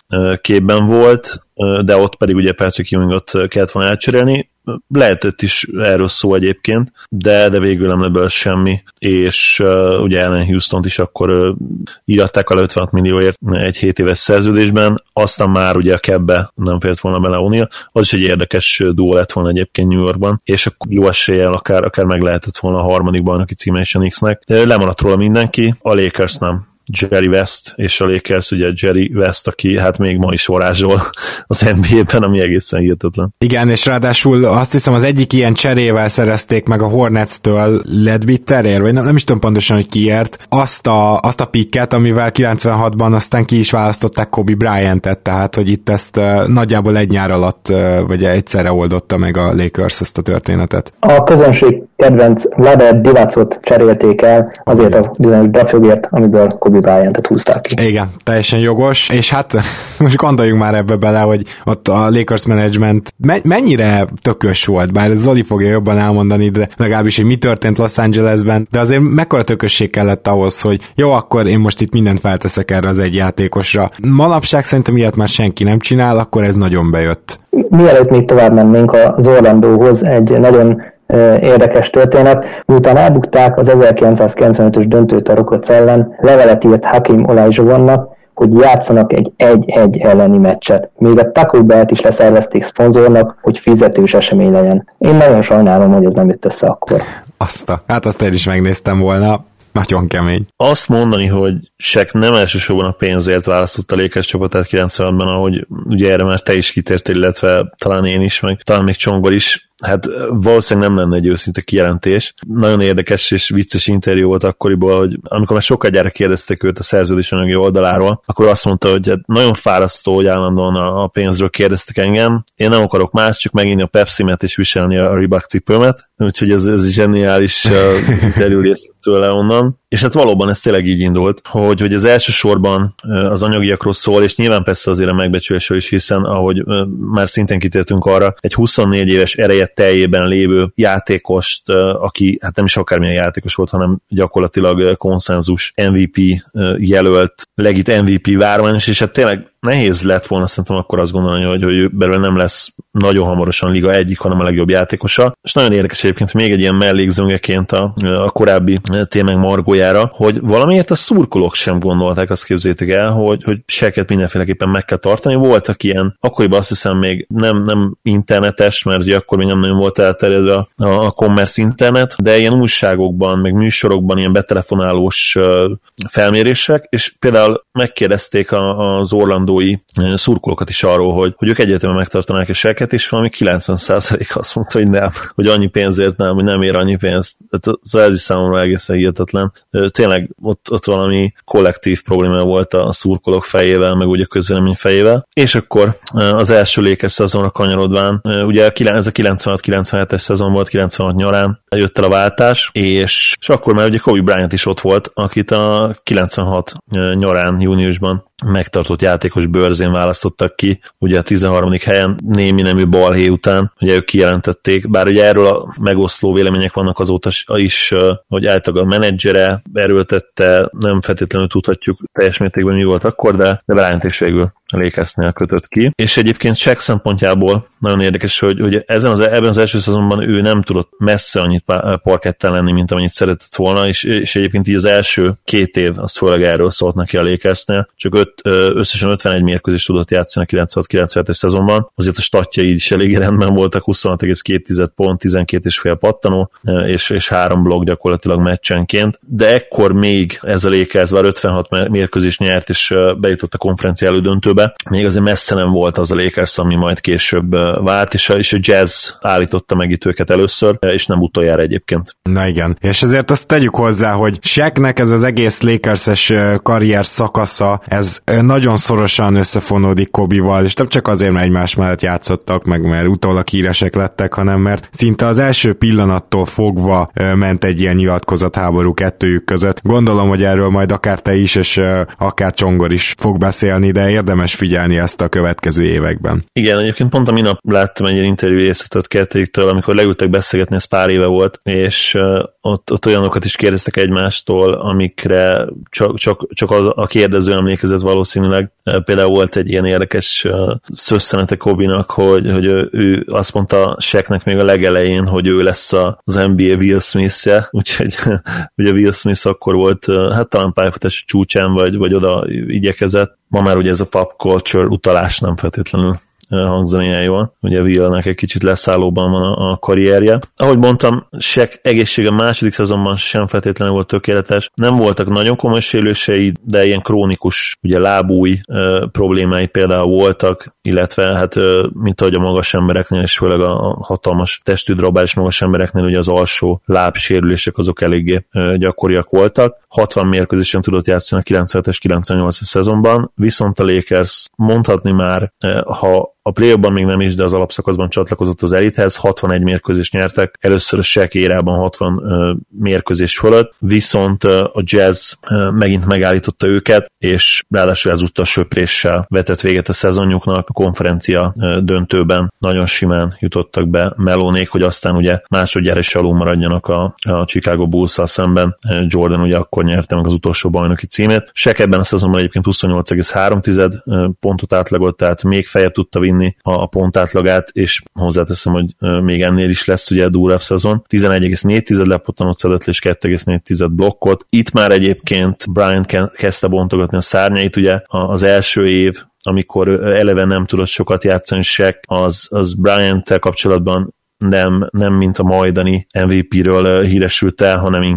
képben volt, de ott pedig ugye Patrick Ewingot kellett volna elcserélni. Lehetett is erről szó egyébként, de, de végül nem ebből semmi, és uh, ugye Allen Houstont is akkor uh, íratták a ötvenhat millióért egy hét éves szerződésben, aztán már ugye a capbe nem fért volna bele O'Neal, az is egy érdekes duó lett volna egyébként New Yorkban, és akkor jó eséllyel akár, akár meg lehetett volna a harmadik bajnoki címe is a Knicksnek, de lemaradt róla mindenki, a Lakers nem. Jerry West, és a Lakers ugye Jerry West, aki hát még ma is varázsol az en bé á-ben, ami egészen hihetetlen. Igen, és ráadásul azt hiszem az egyik ilyen cserével szerezték meg a Hornets-től Ledbitterért, vagy nem, nem is tudom pontosan, hogy kiért, azt a, azt a picket, amivel kilencvenhatban aztán ki is választották Kobe Bryant-et, tehát hogy itt ezt uh, nagyjából egy nyár alatt uh, vagy egyszerre oldotta meg a Lakers ezt a történetet. A közönség kedvenc Vlade Divacot cserélték el azért a bizonyos draftjogért, amiből Kobe Bryant-et húzták ki. Igen, teljesen jogos, és hát most gondoljunk már ebbe bele, hogy ott a Lakers management me- mennyire tökös volt, bár Zoli fogja jobban elmondani, de legalábbis, hogy mi történt Los Angelesben, de azért mekkora tökösség kellett ahhoz, hogy jó, akkor én most itt mindent felteszek erre az egy játékosra. Manapság szerintem ilyet már senki nem csinál, akkor ez nagyon bejött. Mielőtt még tovább mennénk az Orlandóhoz, egy nagyon érdekes történet. Miután elbukták az ezerkilencszázkilencvenötös döntőt a Rockets ellen, levelet írt Hakeem Olajuwonnak, hogy játszanak egy egy-egy elleni meccset. Még a Taco Bell-t is leszervezték szponzornak, hogy fizetős esemény legyen. Én nagyon sajnálom, hogy ez nem jött össze akkor. Azt a, hát azt én is megnéztem volna. nagyon kemény. Azt mondani, hogy Shaq nem elsősorban a pénzért választotta a Lakers csapatát kilencvenhatban, ahogy ugye erre már te is kitértél, illetve talán én is, meg talán még Csongor is, hát valószínűleg nem lenne egy őszinte kijelentés. Nagyon érdekes és vicces interjú volt akkoriból, hogy amikor már sokkal kérdezték őt a szerződés anyagi oldaláról, akkor azt mondta, hogy hát nagyon fárasztó, hogy állandóan a pénzről kérdeztek engem. Én nem akarok más, csak meginni a Pepsi-met és viselni a Reebok cipőmet. Úgyhogy ez, ez zseniális uh, interjú részt tőle onnan. És hát valóban ez tényleg így indult, hogy, hogy az elsősorban az anyagiakról szól, és nyilván persze azért a megbecsülésről is, hiszen ahogy már szintén kitértünk arra, egy huszonnégy éves ereje teljében lévő játékost, aki hát nem is akármilyen játékos volt, hanem gyakorlatilag konszenzus em vé pé jelölt, legit em vé pé várványos, és hát tényleg nehéz lett volna szerintem akkor azt gondolni, hogy, hogy belőle nem lesz nagyon hamarosan liga egyik, hanem a legjobb játékosa. És nagyon érdekes egyébként még egy ilyen mellékzöngeként a, a korábbi témák margójára, hogy valamiért a szurkolók sem gondolták, azt képzeljétek el, hogy, hogy Shaqet mindenféleképpen meg kell tartani. Voltak ilyen, akkoriban azt hiszem még nem, nem internetes, mert ugye akkor még nem nagyon volt elterjedve a, a commerce internet, de ilyen újságokban, meg műsorokban ilyen betelefonálós felmérések, és például megkérdezték a, az orlandói szurkolókat is arról, hogy, hogy ők egyértelműen megtartanák a Shaqet, és valami kilencven százalék azt mondta, hogy nem, hogy annyi pénzért nem, hogy nem ér annyi pénzt. Szóval ez is számomra egészen hihetetlen. Tényleg ott, ott valami kollektív probléma volt a szurkolók fejével, meg ugye a közvélemény fejével. És akkor az első Lakers szezonra kanyarodván, ugye ez a kilencvenhat kilencvenhetes szezon volt, kilencvenhat nyarán jött el a váltás, és, és akkor már ugye Kobe Bryant is ott volt, akit a kilencvenhat nyarán, júniusban megtartott játékos bőrzén választottak ki, ugye a tizenharmadik helyen némi nemű balhé után, ugye ők kijelentették, bár ugye erről a megoszló vélemények vannak azóta is, hogy általában a menedzsere erőltette, nem feltétlenül tudhatjuk teljes mértékben mi volt akkor, de, de Bryant is végül a Lakersnél kötött ki. És egyébként Shaq szempontjából nagyon érdekes, hogy, hogy ezen az, ebben az első szezonban ő nem tudott messze annyit parketten lenni, mint amennyit szeretett volna, és, és egyébként így az első két év, az főleg erről szólt neki a Lakersnél, csak öt, összesen ötvenegy mérkőzést tudott játszani a kilencvenhat kilencvenhetes szezonban, azért a statjai is elég rendben voltak, huszonhat egész két pont, tizenkét és fél pattanó, és, és három blokk gyakorlatilag meccsenként, de ekkor még ez a Lakers, bár ötvenhat mérkőzést nyert, és bejutott a konferencia elődöntőbe, még azért messze nem volt az a Lakers, ami majd később vált, és a, és a Jazz állította meg itt őket először, és nem utoljára egyébként. Na igen, és ezért azt tegyük hozzá, hogy Shaqnek ez az egész Lakers-es karrier szakasza, ez nagyon szorosan összefonódik Kobe-val, és nem csak azért, mert egymás mellett játszottak, meg mert utólag híresek lettek, hanem mert szinte az első pillanattól fogva ment egy ilyen nyilatkozatháború kettőjük között. Gondolom, hogy erről majd akár te is, és akár Csongor is fog beszélni, de érdemes figyelni ezt a következő években. Igen, egyébként pont a minap láttam egy ilyen interjú részletet kettőjüktől, amikor leültek beszélgetni, ez pár éve volt, és uh, ott, ott olyanokat is kérdeztek egymástól, amikre csak, csak, csak az, a kérdező emlékezett valószínűleg. Uh, például volt egy ilyen érdekes uh, szösszenete Kobe-nak, hogy, hogy ő azt mondta Shaqnek még a legelején, hogy ő lesz az en bé á Will Smith-je, úgyhogy ugye Will Smith akkor volt, uh, hát talán pályafutás csúcsán, vagy, vagy oda igyekezett. Ma már ugye ez a pop culture utalás nem feltétlenül hangzani el jól. Ugye Willnek egy kicsit leszállóban van a, a karrierje. Ahogy mondtam, Shaq egészsége második szezonban sem feltétlenül volt tökéletes. Nem voltak nagyon komoly sérülései, de ilyen krónikus, ugye lábúj e, problémái például voltak, illetve hát e, mint ahogy a magas embereknél, és főleg a hatalmas testű drabális magas embereknél ugye az alsó lábsérülések azok eléggé e, gyakoriak voltak. hatvan mérkőzésen tudott játszani a kilencvenhetes kilencvennyolcas szezonban, viszont a Lakers mondhatni már, e, ha a play-offban még nem is, de az alapszakaszban csatlakozott az elithez, hatvanegy mérkőzést nyertek, először a Shaq érában hatvan uh, mérkőzés fölött, viszont uh, a Jazz uh, megint megállította őket, és ráadásul ezúttal söpréssel vetett véget a szezonjuknak, a konferencia uh, döntőben nagyon simán jutottak be Melónék, hogy aztán ugye másodjára is alul maradjanak a, a Chicago Bulls-szal szemben. Uh, Jordan ugye akkor nyerte meg az utolsó bajnoki címét. Shaq ebben a szezonban egyébként huszonnyolc egész három uh, pontot átlagolt, tehát még feljebb tudta vinni a pontátlagát, és hozzáteszem, hogy még ennél is lesz ugye a durvább szezon. tizenegy egész négy lepottanót szedett és kettő egész négy blokkot. Itt már egyébként Bryant kezdte bontogatni a szárnyait, ugye az első év, amikor eleve nem tudott sokat játszani Shaq, az, az Bryant-tel kapcsolatban nem, nem mint a majdani em vé pé-ről híresült el, hanem inkább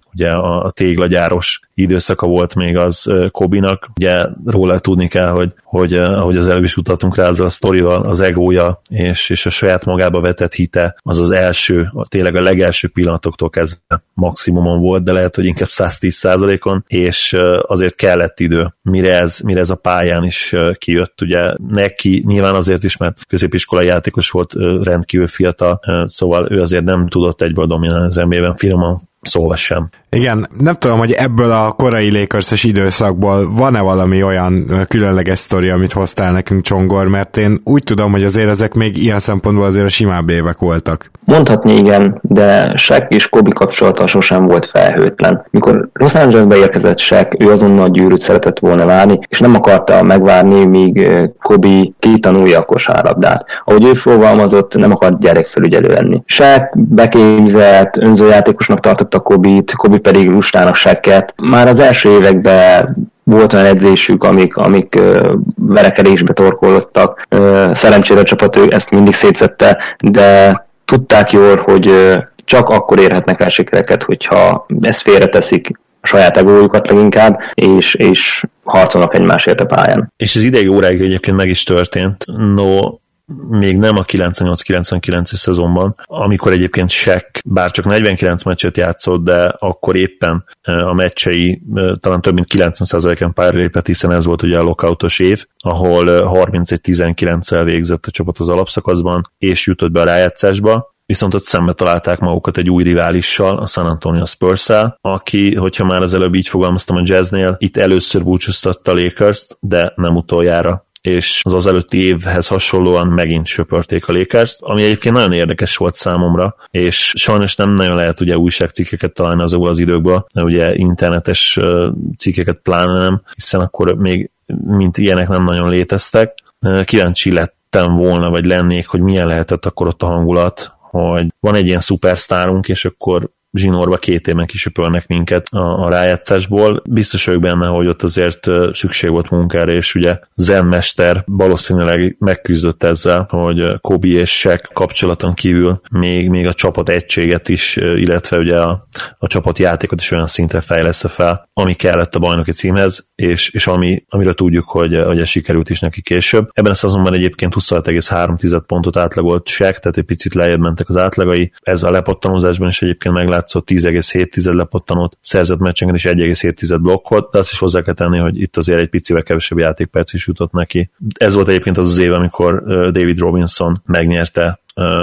ugye a, a téglagyáros időszaka volt még az Kobe-nak. Ugye róla tudni kell, hogy, hogy ahogy az előbb is utaltunk rá ezzel a sztorival, az egója és, és a saját magába vetett hite az az első, tényleg a legelső pillanatoktól kezdve maximumon volt, de lehet, hogy inkább száz tíz százalékon, és azért kellett idő, mire ez, mire ez a pályán is kijött. Ugye neki nyilván azért is, mert középiskolai játékos volt, rendkívül fiatal, szóval ő azért nem tudott egyből dominálni az en bé á-ben, finoman szóval sem. Igen, nem tudom, hogy ebből a korai Lakers-es időszakból van-e valami olyan különleges sztori, amit hoztál nekünk, Csongor, mert én úgy tudom, hogy azért ezek még ilyen szempontból azért a simább évek voltak. Mondhatni igen, de Shaq és Kobe kapcsolata sosem volt felhőtlen. Mikor Los Angelesbe érkezett Shaq, ő azonnal gyűrűt szeretett volna várni, és nem akarta megvárni, míg Kobe kitanulja a kosárlabdát. Ahogy ő fogalmazott, nem akart gyerekfelügyelő lenni. Shaq beképzett, önzőjátékosnak tartotta Kobe-t, Kobe pedig lustának Shaq-et. Már az első években volt olyan edzésük, amik, amik uh, verekedésbe torkolottak. Uh, szerencsére a csapat ő ezt mindig szétszette, de tudták jól, hogy uh, csak akkor érhetnek el sikereket, hogyha ezt félreteszik, a saját egójukat leginkább, és, és harcolnak egymásért a pályán. És ez ideig óráig egyébként meg is történt. No, még nem a kilencvennyolc kilencvenkilences szezonban, amikor egyébként Shaq bár csak negyvenkilenc meccset játszott, de akkor éppen a meccsei talán több mint kilencven százalékon pályára lépett, hiszen ez volt ugye a lockoutos év, ahol harmincegy tizenkilenccel végzett a csapat az alapszakaszban, és jutott be a rájátszásba. Viszont ott szembe találták magukat egy új riválissal, a San Antonio Spurs-szel, aki, hogyha már az előbb így fogalmaztam a Jazznél, itt először búcsúztatta a Lakers-t, de nem utoljára. És az az előtti évhez hasonlóan megint söpörték a Lakers-t, ami egyébként nagyon érdekes volt számomra, és sajnos nem nagyon lehet ugye újságcikkeket találni azokból az időkből, ugye internetes cikkeket pláne nem, hiszen akkor még mint ilyenek nem nagyon léteztek. Kíváncsi lettem volna, vagy lennék, hogy milyen lehetett akkor ott a hangulat, hogy van egy ilyen szupersztárunk, és akkor zsinórba két éven kisöpölnek minket a, a rájátszásból. Biztos vagyok benne, hogy ott azért szükség volt munkára, és ugye Zen mester valószínűleg megküzdött ezzel, hogy Kobe és Shaq kapcsolaton kívül még, még a csapat egységet is, illetve ugye a, a csapat játékot is olyan szintre fejlesz fel, ami kellett a bajnoki címhez, és, és ami, amiről tudjuk, hogy, hogy ez sikerült is neki később. Ebben a szezonban egyébként huszonhat egész három pontot átlagolt Shaq, tehát egy picit lejjebb mentek az átlagai. Ez a lepattanózásban is egyébként meglátszott, tíz egész hét lepattanót, szerzett meccsenken is egy egész hét blokkot, de azt is hozzá kell tenni, hogy itt azért egy picivel kevesebb játékperc is jutott neki. Ez volt egyébként az az év, amikor David Robinson megnyerte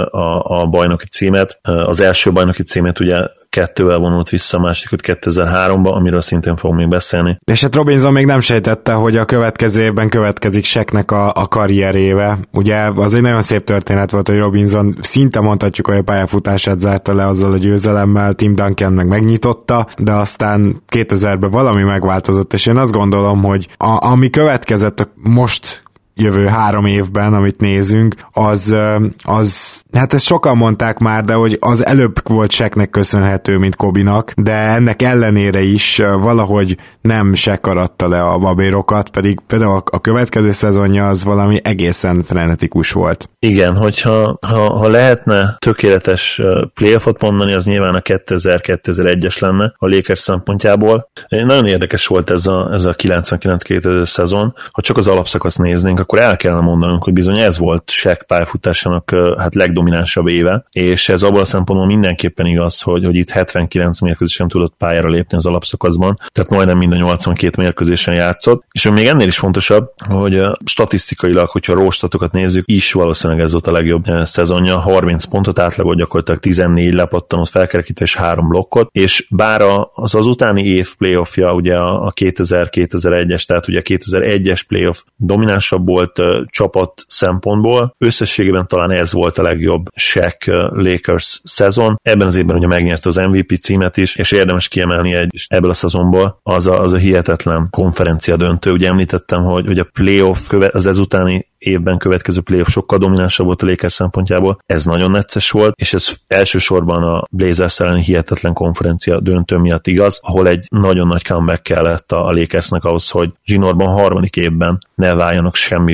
a, a bajnoki címet. Az első bajnoki címet ugye kettővel vonult vissza, a másodikat kétezer-háromba, amiről szintén fogunk még beszélni. És hát Robinson még nem sejtette, hogy a következő évben következik Shaqnek a, a karrieréve. Ugye az egy nagyon szép történet volt, hogy Robinson szinte mondhatjuk, hogy a pályafutását zárta le azzal a győzelemmel, Tim Duncan meg megnyitotta, de aztán kétezerben valami megváltozott, és én azt gondolom, hogy a, ami következett most jövő három évben, amit nézünk, az, az, hát ezt sokan mondták már, de hogy az előbb volt Shaqnek köszönhető, mint Kobe-nak, de ennek ellenére is valahogy nem Shaq aratta le a babérokat, pedig például a következő szezonja az valami egészen frenetikus volt. Igen, hogyha ha, ha lehetne tökéletes playoffot mondani, az nyilván a kétezer-kétezer-egyes lenne a Lakers szempontjából. Nagyon érdekes volt ez a, ez a kilencvenkilenc kétezer szezon. Ha csak az alapszakaszt néznénk, akkor el kellene mondanunk, hogy bizony ez volt Shaq pályafutásának hát legdominánsabb éve, és ez abban a szempontból mindenképpen igaz, hogy, hogy itt hetvenkilenc mérkőzésen tudott pályára lépni az alapszakaszban, tehát majdnem mind a nyolcvankét mérkőzésen játszott, és még ennél is fontosabb, hogy statisztikailag, hogyha a róstatokat nézzük, is valószínűleg ez volt a legjobb szezonja, harminc pontot átlagolt, gyakorlatilag tizennégy lepattanót, felkerekítés, három blokkot, és bár az az utáni év playoffja, ugye a kétezer-kétezer-egyes, tehát ugye a kétezer-egyes playoff dominánsabb volt csapat szempontból. Összességében talán ez volt a legjobb Shaq Lakers szezon. Ebben az évben ugye megnyerte az em vé pé címet is, és érdemes kiemelni egy ebből a szezonból az a, az a hihetetlen konferencia döntő. Ugye említettem, hogy, hogy a playoff, az ezutáni évben következő playoff sokkal dominánsabb volt a Lakers szempontjából. Ez nagyon necces volt, és ez elsősorban a Blazers elleni hihetetlen konferencia döntő miatt igaz, ahol egy nagyon nagy comeback kellett a Lakersnek ahhoz, hogy zsinórban harmadik évben ne váljanak semmivé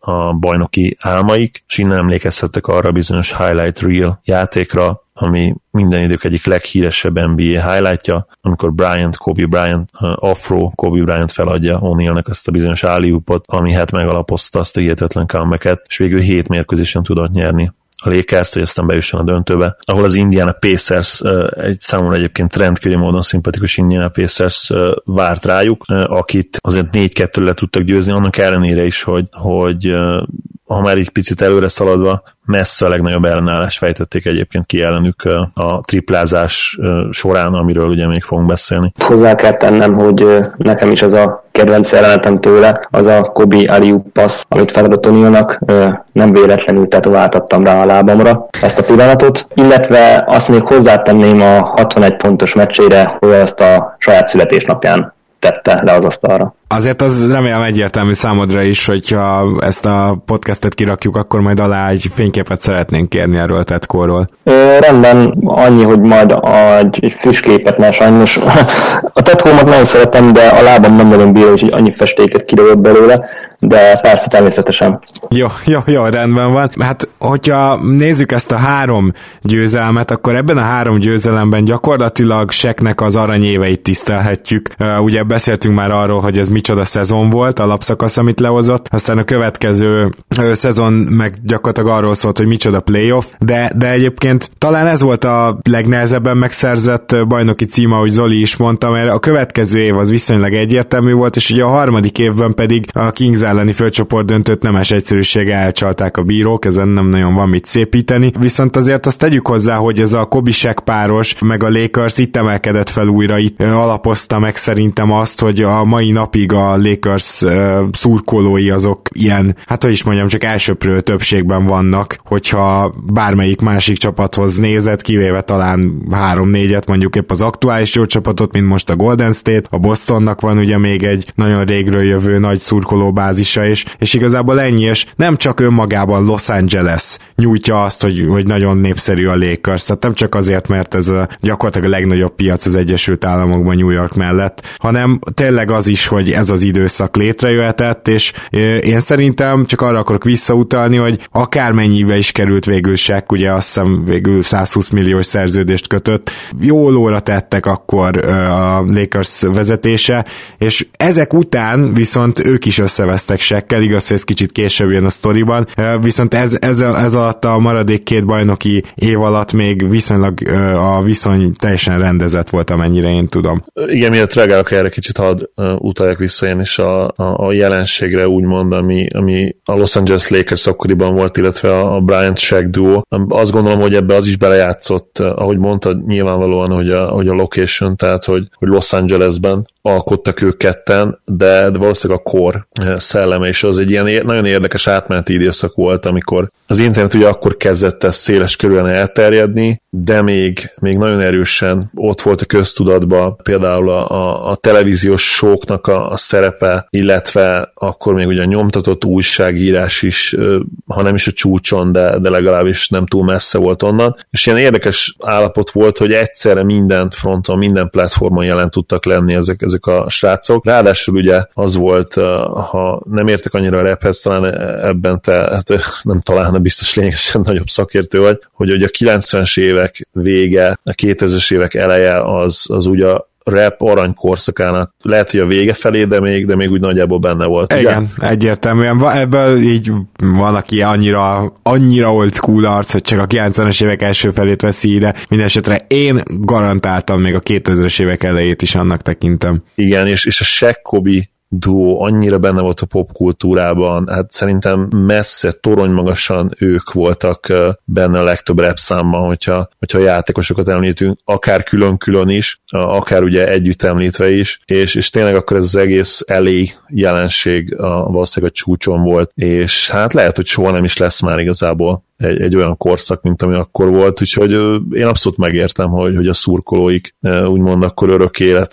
a bajnoki álmaik, és innen emlékezhettek arra a bizonyos highlight reel játékra, ami minden idők egyik leghíresebb en bé á highlightja, amikor Bryant, Kobe Bryant, uh, Afro Kobe Bryant feladja O'Nealnek ezt a bizonyos alley-oopot, ami hát megalapozta azt a hihetetlen comebacket, és végül hét mérkőzésen tudott nyerni a Lakers, hogy aztán bejusson a döntőbe, ahol az Indiana Pacers, egy számomra egyébként rendkívüli módon szimpatikus Indiana Pacers várt rájuk, akit azért négy kettő le tudtak győzni, annak ellenére is, hogy, hogy ha már így picit előre szaladva, messze a legnagyobb ellenállást fejtették egyébként ki ellenük a triplázás során, amiről ugye még fogunk beszélni. Hozzá kell tennem, hogy nekem is az a kedvenc jelenetem tőle, az a Kobe alley-oop passz, amit feladott O'Nealnak, nem véletlenül tetováltattam rá a lábamra ezt a pillanatot, illetve azt még hozzátenném a hatvanegy pontos meccsére, hogy azt a saját születésnapján tette le az asztalra. Azért az remélem egyértelmű számodra is, hogyha ezt a podcastet kirakjuk, akkor majd alá egy fényképet szeretnénk kérni erről tetkóról. Ö, rendben, annyi, hogy majd egy, egy friss képet, mert sajnos a tetkómat nagyon szeretem, de a lábam nem nagyon bírja, hogy annyi festéket kirövök belőle, de persze természetesen. Jó, jó, jó, rendben van. Hát, hogyha nézzük ezt a három győzelmet, akkor ebben a három győzelemben gyakorlatilag Shaqnek az aranyéveit tisztelhetjük. Ugye beszéltünk már arról, hogy ez micsoda szezon volt, alapszakasz, amit lehozott, aztán a következő szezon meg gyakorlatilag arról szólt, hogy micsoda playoff, de, de egyébként talán ez volt a legnehezebben megszerzett bajnoki cím, ahogy Zoli is mondta, mert a következő év az viszonylag egyértelmű volt, és ugye a harmadik évben pedig a Kings elleni főcsoport döntőt nemes egyszerűséggel elcsalták a bírók, ezen nem nagyon van mit szépíteni, viszont azért azt tegyük hozzá, hogy ez a Kobe Shaq páros, meg a Lakers itt emelkedett fel újra, itt alapozta meg szerintem azt, hogy a mai napig a Lakers uh, szurkolói azok ilyen, hát hogy is mondjam, csak elsöprő többségben vannak, hogyha bármelyik másik csapathoz nézett, kivéve talán három-négyet, mondjuk épp az aktuális jó csapatot, mint most a Golden State, a Bostonnak van ugye még egy nagyon régről jövő nagy szurkolóbázisa, és, és igazából ennyi, és nem csak önmagában Los Angeles nyújtja azt, hogy, hogy nagyon népszerű a Lakers, tehát nem csak azért, mert ez a, gyakorlatilag a legnagyobb piac az Egyesült Államokban New York mellett, hanem tényleg az is, hogy ez az időszak létrejöhetett, és én szerintem csak arra akarok visszautalni, hogy akármennyivel is került végül Shaq, ugye azt hiszem végül százhúsz milliós szerződést kötött, jó lóra tettek akkor a Lakers vezetése, és ezek után viszont ők is összevesztek Shaqkel, igaz, hogy ez kicsit később jön a sztoriban, viszont ez, ez, ez alatt a maradék két bajnoki év alatt még viszonylag a viszony teljesen rendezett volt, amennyire én tudom. Igen, miatt reagálok erre, kicsit hadd utaljak vissza én is a, a, a jelenségre, úgymond, ami, ami a Los Angeles Lakers akkoriban volt, illetve a, a Bryant-Shaq duo. Azt gondolom, hogy ebbe az is belejátszott, ahogy mondtad, nyilvánvalóan, hogy a, hogy a location, tehát hogy, hogy Los Angelesben alkottak ők ketten, de, de valószínűleg a kor szelleme, és az egy ilyen nagyon érdekes átmeneti időszak volt, amikor az internet ugye akkor kezdett ezt széles körülön elterjedni, de még, még nagyon erősen ott volt a köztudatban például a, a, a televíziós show-knak a, a szerepe, illetve akkor még ugye a nyomtatott újságírás is, ha nem is a csúcson, de, de legalábbis nem túl messze volt onnan, és ilyen érdekes állapot volt, hogy egyszerre minden fronton, minden platformon jelen tudtak lenni ezek, ezek a srácok. Ráadásul ugye az volt, ha nem értek annyira a raphez, talán ebben te hát nem talán, biztos lényegesen nagyobb szakértő vagy, hogy, hogy a kilencvenes évek vége, a kétezres évek eleje az, az ugye a rap aranykorszakának lehet, hogy a vége felé, de még, de még úgy nagyjából benne volt. Igen, ugye? Egyértelműen. Ebből így van, aki annyira, annyira old school arc, hogy csak a kilencvenes évek első felét veszi ide. Mindenesetre én garantáltam még a kétezres évek elejét is annak tekintem. Igen, és, és a Shaq Kobe duó annyira benne volt a popkultúrában, hát szerintem messze, toronymagasan ők voltak benne a legtöbb rap számban, hogyha, hogyha a játékosokat említünk, akár külön-külön is, akár ugye együtt említve is, és, és tényleg akkor ez az egész el á jelenség a, valószínűleg a csúcson volt, és hát lehet, hogy soha nem is lesz már igazából egy, egy olyan korszak, mint ami akkor volt, úgyhogy én abszolút megértem, hogy, hogy a szurkolóik úgymond akkor örök életre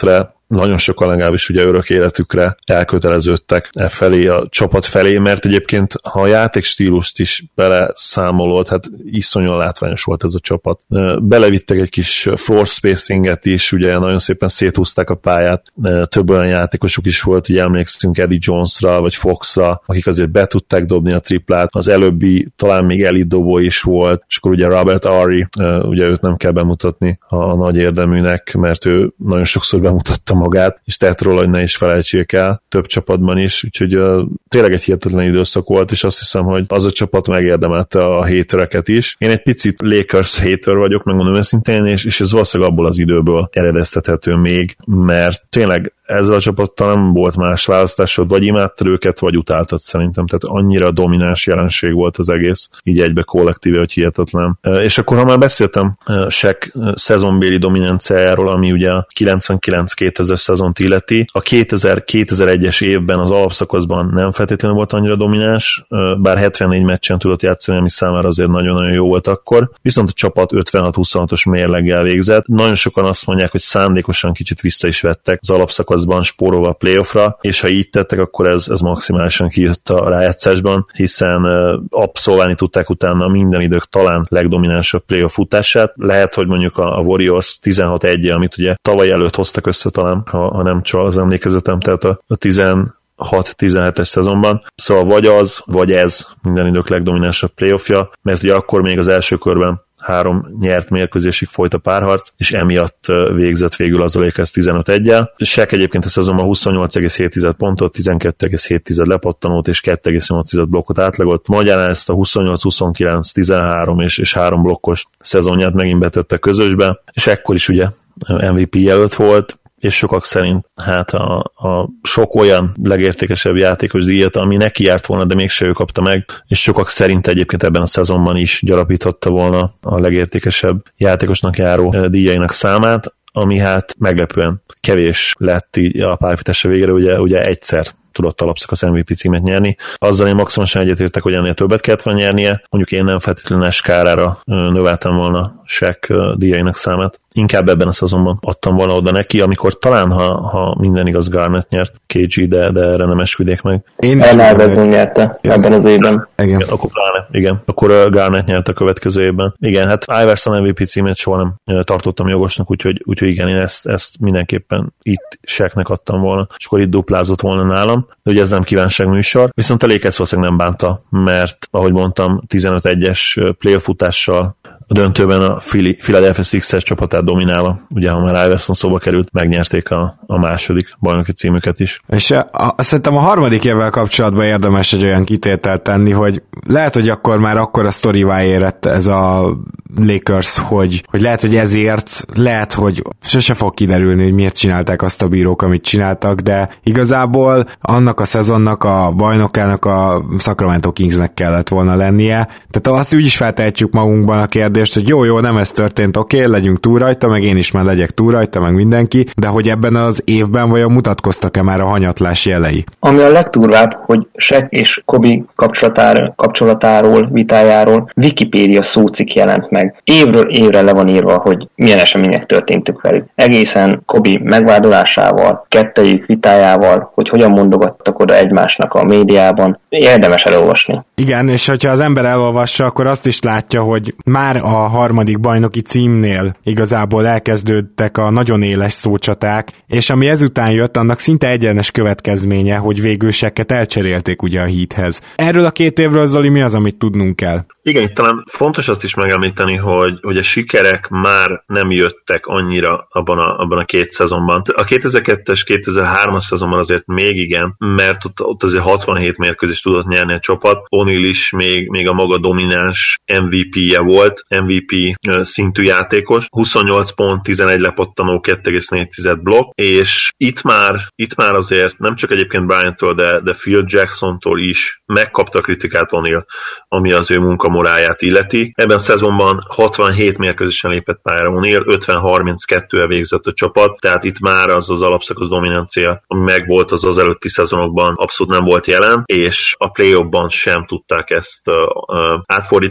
nagyon sokan legalábbis ugye örök életükre elköteleződtek e felé, a csapat felé, mert egyébként ha a játékstílust is beleszámolod, hát iszonyúan látványos volt ez a csapat. Belevittek egy kis floor spacinget is, ugye nagyon szépen széthúzták a pályát, több olyan játékosuk is volt, ugye emlékszünk Eddie Jonesra, vagy Foxra, akik azért be tudták dobni a triplát, az előbbi talán még elit dobó is volt, és akkor ugye Robert Horry, ugye őt nem kell bemutatni a nagy érdeműnek, mert ő nagyon sokszor bemutatta magát, és tehet róla, hogy ne is felejtsék el, több csapatban is, úgyhogy uh, tényleg egy hihetetlen időszak volt, és azt hiszem, hogy az a csapat megérdemelte a hatereket is. Én egy picit Lakers hater vagyok, megmondom őszintén, és, és ez valószínűleg abból az időből eredeztethető még, mert tényleg ezzel a csapattal nem volt más választásod, vagy imádtad őket, vagy utáltad szerintem, tehát annyira domináns jelenség volt az egész, így egybe kollektíve, hogy hihetetlen. És akkor, ha már beszéltem Shaq szezonbéli dominanciájáról, ami ugye a kilencvenkilenc kétezer szezont illeti, a kétezer-kétezer-egyes évben az alapszakaszban nem feltétlenül volt annyira domináns, bár hetvennégy meccsen tudott játszani, ami számára azért nagyon-nagyon jó volt akkor, viszont a csapat ötvenhat huszonhatos mérleggel végzett. Nagyon sokan azt mondják, hogy szándékosan kicsit vissza is vettek az alapszakaszban spórolva a playoffra, és ha így tettek, akkor ez, ez maximálisan kijött a rájátszásban, hiszen abszolválni tudták utána minden idők talán legdominánsabb playoff futását. Lehet, hogy mondjuk a Warriors tizenhat egy, amit ugye tavaly előtt hoztak össze talán, ha, ha nem csal az emlékezetem, tehát a, a tizenhat tizenhetes szezonban. Szóval vagy az, vagy ez minden idők legdominánsabb playoffja, mert ugye akkor még az első körben három nyert mérkőzésig folyt a párharc, és emiatt végzett végül az a Lakers tizenöt egyel. Shaq egyébként a szezonban huszonnyolc egész hét pontot, tizenkettő egész hét lepattanót és kettő egész nyolc blokkot átlagolt. Magyarán ezt a huszonnyolc huszonkilenc tizenhárom és, és három blokkos szezonját megint betette közösbe, és ekkor is ugye em vé pé jelölt volt, és sokak szerint hát a, a sok olyan legértékesebb játékos díjat, ami neki járt volna, de mégse ő kapta meg, és sokak szerint egyébként ebben a szezonban is gyarapíthatta volna a legértékesebb játékosnak járó díjainak számát, ami hát meglepően kevés lett így a pályafutása végére, ugye, ugye egyszer tudott alapszakasz em vé pé címet nyerni. Azzal én maximálisan egyetértek, hogy ennél többet kellett volna nyernie, mondjuk én nem feltétlenül eskárára növeltem volna Shaq díjainak számát. Inkább ebben a szezonban adtam volna oda neki, amikor talán, ha, ha minden igaz, Garnett nyert, ká gé, de, de erre nem esküdjék meg. Én Elnálvező nyerte ja. ebben az évben. Igen. igen. Akkor pláne, igen. Akkor Garnett nyert a következő évben. Igen, hát Iverson em vé pé címet soha nem tartottam jogosnak, úgyhogy, úgyhogy igen, én ezt, ezt mindenképpen itt Shaqnek adtam volna, és akkor itt duplázott volna nálam, de ugye ez nem kívánság műsor. Viszont a Lakers valószínűleg nem bánta, mert ahogy mondtam, tizenöt egyes playoff futással a döntőben a Philadelphia Sixers csapatát dominálva, ugye ha már Iverson szóba került, megnyerték a, a második bajnoki címüket is. És a, a, szerintem a harmadik évvel kapcsolatban érdemes egy olyan kitételt tenni, hogy lehet, hogy akkor már akkor a sztorivá érett ez a Lakers, hogy, hogy lehet, hogy ezért, lehet, hogy sose fog kiderülni, hogy miért csinálták azt a bírók, amit csináltak, de igazából annak a szezonnak, a bajnokának a Sacramento Kingsnek kellett volna lennie. Tehát azt úgy is feltehetjük magunkban a kérdést, hogy jó, jó, nem ez történt, oké, okay, legyünk túl rajta, meg én is már legyek túl rajta, meg mindenki, de hogy ebben az évben vajon mutatkoztak-e már a hanyatlás jelei? Ami a legdurvább, hogy Shaq és Kobe kapcsolatáról, kapcsolatáról, vitájáról Wikipédia szócikk jelent meg. Évről évre le van írva, hogy milyen események történtek velük. Egészen Kobe megvádolásával, kettejük vitájával, hogy hogyan mondogattak oda egymásnak a médiában. Érdemes elolvasni. Igen, és hogyha az ember elolvassa, akkor azt is látja, hogy már a harmadik bajnoki címnél igazából elkezdődtek a nagyon éles szócsaták, és ami ezután jött, annak szinte egyenes következménye, hogy végül Shaqet elcserélték ugye a Heathez. Erről a két évről, Zoli, mi az, amit tudnunk kell? Igen, itt talán fontos azt is megemlíteni, hogy, hogy a sikerek már nem jöttek annyira abban a, abban a két szezonban. A kétezer-kettes kétezer-hármas szezonban azért még igen, mert ott, ott azért hatvanhét mérkőzést tudott nyerni a csapat. O'Neal is még, még a maga domináns em vé pé-je volt, em vé pé szintű játékos. huszonnyolc pont, tizenegy lepattanó, kettő egész négy blokk, és itt már, itt már azért nem csak egyébként Bryant-től, de, de Phil Jackson-tól is megkapta a kritikát O'Neal, ami az ő munkamoráját illeti. Ebben a szezonban hatvanhét mérkőzésen lépett pályára O'Neal, ötven harminckettővel végzett a csapat, tehát itt már az az alapszakasz dominancia, ami megvolt az az előtti szezonokban, abszolút nem volt jelen, és a play-offban sem tudták ezt uh, uh, átfordítani.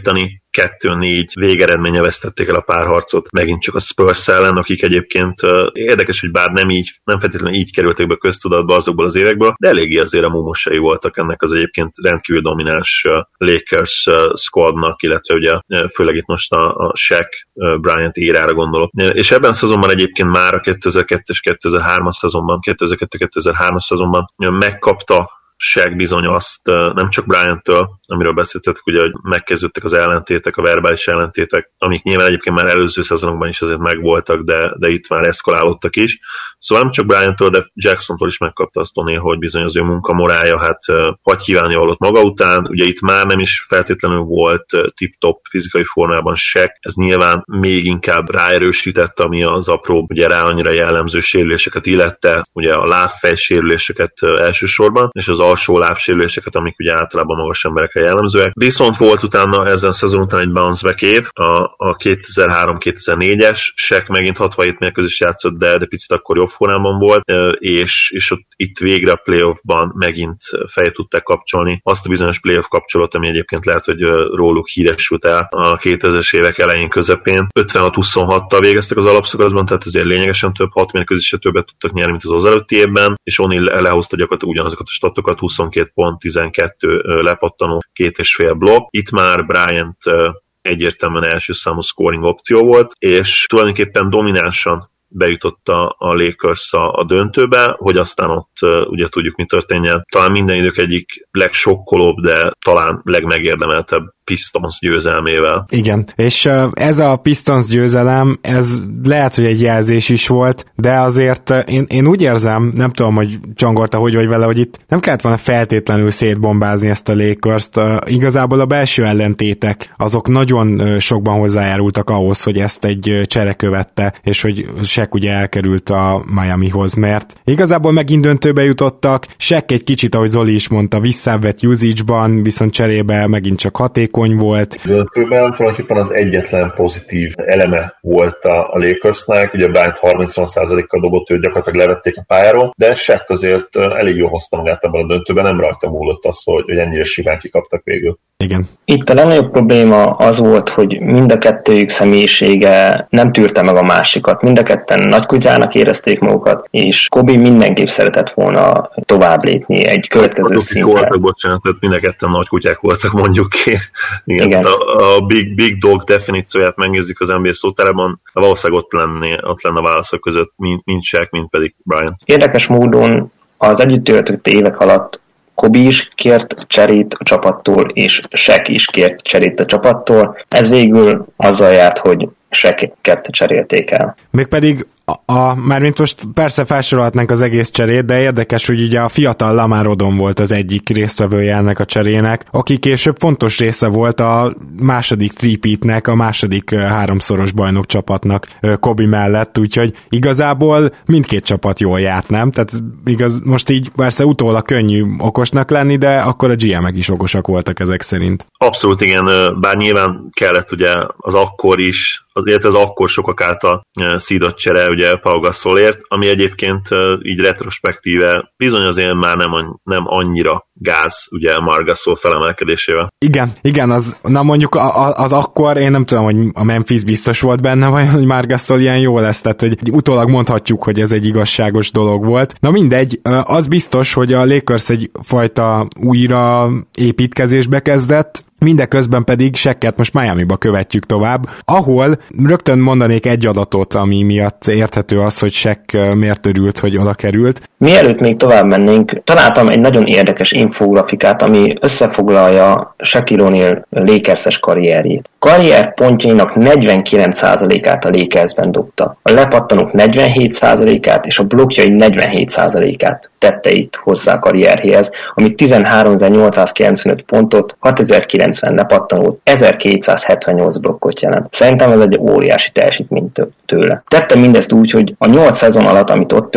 kettő négy végeredménye vesztették el a párharcot, megint csak a Spurs ellen, akik egyébként uh, érdekes, hogy bár nem így, nem feltétlenül így kerültek be köztudatba azokból az évekből, de eléggé azért a mumosai voltak ennek az egyébként rendkívül domináns uh, Lakers uh, squadnak, illetve ugye uh, főleg itt most a, a Shaq uh, Bryant érára gondolok. Uh, és ebben a szezonban egyébként már a kétezer-kettes kétezer-hármas szezonban, kétezer-kettő kétezer-hármas szezonban uh, megkapta Shaq bizony azt nem csak Bryant-től, amiről beszéltetek, ugye, hogy megkezdődtek az ellentétek, a verbális ellentétek, amik nyilván egyébként már előző szezonokban is azért megvoltak, de, de itt már eszkalálódtak is. Szóval nem csak Bryant-től, de Jackson-tól is megkapta azt Tony, hogy bizony az ő munkamorája, hát hagy kívánni valót maga után. Ugye itt már nem is feltétlenül volt tip-top fizikai formában Shaq, ez nyilván még inkább ráerősítette, ami az apró, ugye rá annyira jellemző sérüléseket illette, ugye a lábfej sérüléseket elsősorban, és az alsó lábsérüléseket, amik ugye általában magas emberekre jellemzőek. Viszont volt utána ezen a szezon után egy bounce back év, a, a kétezer-három kétezer-négyes, Shaq megint hatvanhét mérkőzést játszott, de, de picit akkor jobb formában volt, és, és ott, itt végre a playoffban megint fejet tudták kapcsolni azt a bizonyos playoff kapcsolat, ami egyébként lehet, hogy róluk híresült el a kétezres évek elején közepén. ötvenhat huszonhattal végeztek az alapszakaszban, tehát ezért lényegesen több, hat mérkőzésre többet tudtak nyerni, mint az az előtti évben, és O'Neal lehozta gyakorlatilag ugyanazokat a statokat, huszonkettő pont, tizenkettő lepattanó, két és fél blokk. Itt már Bryant egyértelműen első számú scoring opció volt, és tulajdonképpen dominánsan bejutott a, a Lakers a, a döntőbe, hogy aztán ott uh, ugye tudjuk, mi történjen. Talán minden idők egyik legsokkolóbb, de talán legmegérdemeltebb Pistons győzelmével. Igen, és uh, ez a Pistons győzelem, ez lehet, hogy egy jelzés is volt, de azért uh, én, én úgy érzem, nem tudom, hogy Csongorta hogy vagy vele, hogy itt nem kellett volna feltétlenül szétbombázni ezt a Lakers-t. Uh, igazából a belső ellentétek, azok nagyon uh, sokban hozzájárultak ahhoz, hogy ezt egy uh, csere követte, és hogy Shaq ugye elkerült a Miamihoz, mert igazából megint döntőbe jutottak, Shaq egy kicsit, ahogy Zoli is mondta, visszavett usage-ban, viszont cserébe megint csak hatékony volt. Döntőben tulajdonképpen az egyetlen pozitív eleme volt a, a Lakersnek, ugye Bryant harmincon százalékkal dobott, őt gyakorlatilag levették a pályáról, de Shaq azért elég jól hozta magát ebben a döntőben, nem rajta múlott az, hogy, hogy ennyire simán kikaptak végül. Igen. Itt a legnagyobb probléma az volt, hogy mind a kettőjük személyisége nem tűrte meg a másikat. Mind a ketten nagykutyának érezték magukat, és Kobe mindenképp szeretett volna tovább lépni egy következő a szintre. Voltak, bocsánat, tehát mind a ketten nagykutyák voltak, mondjuk ki. Igen, Igen. A, a big, big dog definícióját megnézzük az en bé á szótárában, valószínűleg ott, lenné, ott lenne a válaszok között, mind, mind Shaq, mind pedig Bryant. Érdekes módon az együtt éltük évek alatt Kobe is kért cserét a csapattól, és Shaq is kért cserét a csapattól. Ez végül azzal járt, hogy Shaq-et cserélték el. Mégpedig a, a, mármint most persze felsorolhatnánk az egész cserét, de érdekes, hogy ugye a fiatal Lamar Odom volt az egyik résztvevője ennek a cserének, aki később fontos része volt a második three-peatnek, a második háromszoros bajnok csapatnak Kobe mellett, úgyhogy igazából mindkét csapat jól járt, nem? Tehát igaz, most így persze utólag könnyű okosnak lenni, de akkor a gé em-ek is okosak voltak ezek szerint. Abszolút igen, bár nyilván kellett ugye az akkor is, azért az akkor sokak által szídott csere, ugye Pau Gasolért, ami egyébként így retrospektíve bizony azért már nem, nem annyira gáz, ugye Marc Gasol felemelkedésével. Igen, igen, az, na mondjuk az akkor, én nem tudom, hogy a Memphis biztos volt benne, vagy hogy Marc Gasol ilyen jó lesz, tehát hogy utólag mondhatjuk, hogy ez egy igazságos dolog volt. Na mindegy, az biztos, hogy a Lakers egyfajta újra építkezésbe kezdett, mindeközben pedig Shaq-et most Miamiba követjük tovább, ahol rögtön mondanék egy adatot, ami miatt érthető az, hogy Shaq miért örült, hogy oda került. Mielőtt még tovább mennénk, találtam egy nagyon érdekes infografikát, ami összefoglalja Shaquille O'Neal Lakers-es karrierjét. Karrier pontjainak negyvenkilenc százalékát a Lakersben dobta. A lepattanók negyvenhét százalékát és a blokkjai negyvenhét százalékát tette itt hozzá a karrierhéhez, ami tizenháromezer-nyolcszázkilencvenöt pontot, hatezer-kilencven lepattanót, ezerkétszázhetvennyolc blokkot jelent. Szerintem ez egy óriási teljesítmény tőle. Tette mindezt úgy, hogy a nyolc szezon alatt, amit ott töltött,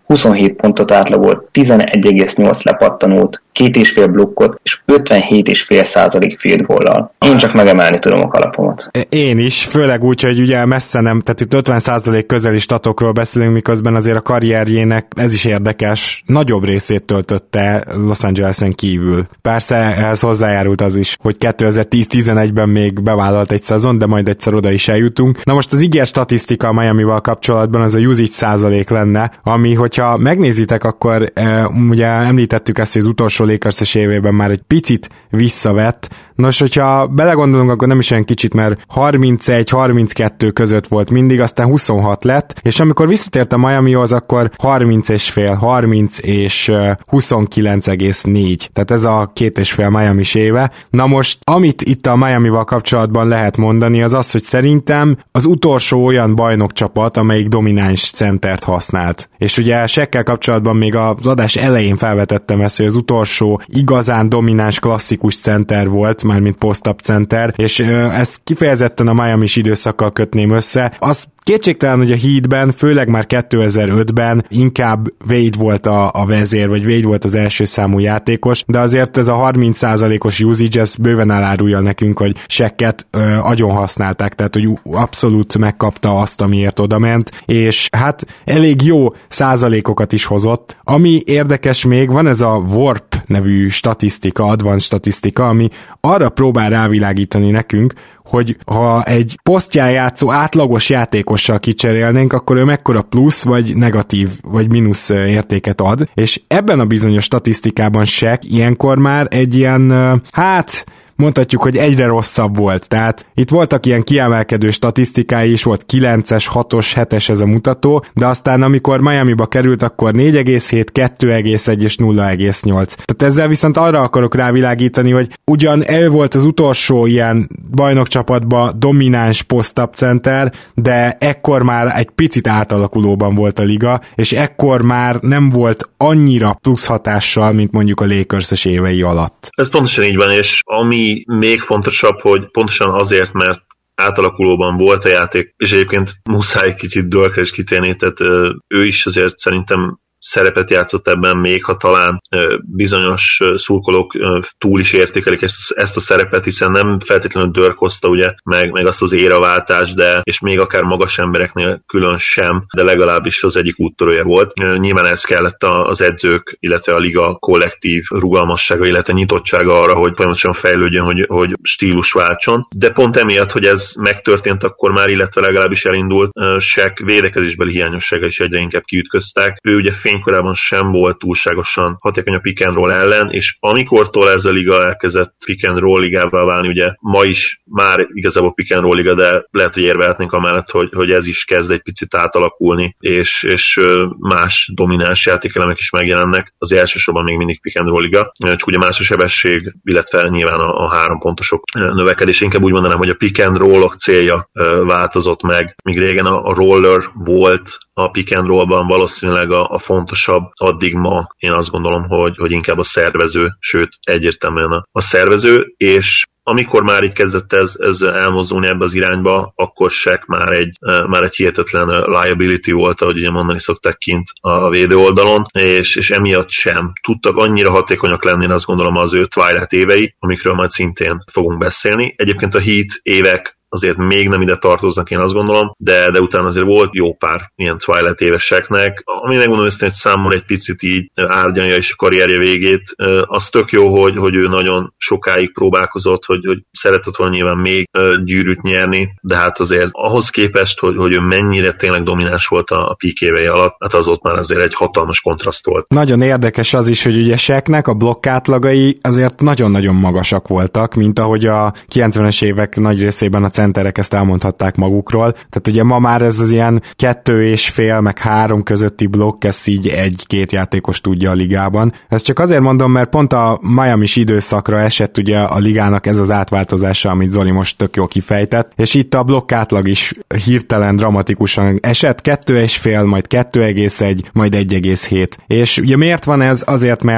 huszonhét pontot átlagolt, tizenegy egész nyolc lepattanót, két és fél blokkot, és ötvenhét egész öt százalék field goal-lal. Én csak megemelni tudom a kalapomat. Én is, főleg úgy, hogy ugye messze nem, tehát itt ötven százalék közeli statokról beszélünk, miközben azért a karrierjének, ez is érdekes, nagyobb részét töltötte Los Angelesen kívül. Persze ehhez hozzájárult az is, hogy kétezer-tíz-tizenegyben még bevállalt egy szezon, de majd egyszer oda is eljutunk. Na most az ígér statisztika a Miamival kapcsolatban az a usage százalék lenne, ami, hogyha megnézitek, akkor e, ugye említettük ezt, hogy az utolsó Lakers-es évében már egy picit visszavett. Nos, hogyha belegondolunk, akkor nem is olyan kicsit, mert harmincegy-harminckettő között volt mindig, aztán huszonhat lett, és amikor visszatért a Miamihoz, akkor harminc és fél, harminc és huszonkilenc egész négy. Tehát ez a két és fél Miami-s éve. Na most, amit itt a Miamival kapcsolatban lehet mondani, az az, hogy szerintem az utolsó olyan bajnokcsapat, amelyik domináns centert használt. És ugye Shaqkel kapcsolatban még az adás elején felvetettem ezt, hogy az utolsó igazán domináns klasszikus center volt, mármint post-up center, és ezt kifejezetten a Miami-s időszakkal kötném össze. Az kétségtelen, hogy a Heatben, főleg már kétezer-ötben inkább Wade volt a, a vezér, vagy Wade volt az első számú játékos, de azért ez a harminc százalékos usage, ez bőven elárulja nekünk, hogy Shaqet ö, agyon használták, tehát hogy abszolút megkapta azt, amiért odament, és hát elég jó százalékokat is hozott. Ami érdekes még, van ez a Warp nevű statisztika, advanced statisztika, ami arra próbál rávilágítani nekünk, hogy ha egy posztján játszó átlagos játékossal kicserélnénk, akkor ő mekkora plusz, vagy negatív, vagy mínusz értéket ad, és ebben a bizonyos statisztikában Shaq ilyenkor már egy ilyen, hát mondhatjuk, hogy egyre rosszabb volt. Tehát itt voltak ilyen kiemelkedő statisztikái is, volt kilences, hatos, hetes ez a mutató, de aztán amikor Miamiba került, akkor négy egész hét, kettő egész egy és nulla egész nyolc. Tehát ezzel viszont arra akarok rávilágítani, hogy ugyan ő volt az utolsó ilyen bajnokcsapatban domináns post-up center, de ekkor már egy picit átalakulóban volt a liga, és ekkor már nem volt annyira plusz hatással, mint mondjuk a Lakers-es évei alatt. Ez pontosan így van, és ami még fontosabb, hogy pontosan azért, mert átalakulóban volt a játék, és egyébként muszáj kicsit Dörkre is kitérni, tehát ő is azért szerintem szerepet játszott ebben, még ha talán bizonyos szurkolók túl is értékelik ezt, ezt a szerepet, hiszen nem feltétlenül Dirk hozta ugye, meg, meg azt az éraváltást, de és még akár magas embereknél külön sem, de legalábbis az egyik úttörője volt. Nyilván ez kellett az edzők, illetve a liga kollektív rugalmassága, illetve nyitottsága arra, hogy folyamatosan fejlődjön, hogy, hogy stílus váltson. De pont emiatt, hogy ez megtörtént akkor már, illetve legalábbis elindult, Shaq védekezésbeli hiányossága is egyre inkább kiütköztek. Ő ugye fénykorában sem volt túlságosan hatékony a pick and roll ellen, és amikortól ez a liga elkezdett pick and roll ligává válni, ugye ma is már igazából pick and roll liga, de lehet, hogy érvehetnénk amellett, hogy, hogy ez is kezd egy picit átalakulni, és, és más domináns játékelemek is megjelennek. Az elsősorban még mindig pick and roll liga, csak ugye más a sebesség, illetve nyilván a, a három pontosok növekedés. Inkább úgy mondanám, hogy a pick and rollok célja változott meg, míg régen a, a roller volt a pick and rollban valószínűleg a, a fontosabb, addig ma én azt gondolom, hogy, hogy inkább a szervező, sőt egyértelműen a, a szervező, és amikor már így kezdett ez, ez elmozdulni ebbe az irányba, akkor Shaq már egy, már egy hihetetlen liability volt, ahogy ugye mondani szokták kint a védő oldalon, és, és emiatt sem tudtak annyira hatékonyak lenni, én azt gondolom az ő Twilight évei, amikről majd szintén fogunk beszélni. Egyébként a Heat évek azért még nem ide tartoznak, én azt gondolom, de, de utána azért volt jó pár ilyen Twilight éveseknek, ami megmondom őszintén, hogy számomra egy picit így árnyalja is a karrierje végét. Az tök jó, hogy, hogy ő nagyon sokáig próbálkozott, hogy, hogy szeretett volna nyilván még gyűrűt nyerni, de hát azért ahhoz képest, hogy, hogy ő mennyire tényleg domináns volt a peak évei alatt, hát az ott már azért egy hatalmas kontraszt volt. Nagyon érdekes az is, hogy ugye Shaqnek a blokk átlagai azért nagyon-nagyon magasak voltak, mint ahogy a kilencvenes évek nagy részében a centerek ezt elmondhatták magukról. Tehát ugye ma már ez az ilyen kettő és fél, meg három közötti blokk, ez így egy-két játékos tudja a ligában. Ezt csak azért mondom, mert pont a Miami-s időszakra esett ugye a ligának ez az átváltozása, amit Zoli most tök jól kifejtett, és itt a blokk átlag is hirtelen, dramatikusan esett, kettő és fél, majd kettő egész egy, majd egy egész hét. És ugye miért van ez? Azért, mert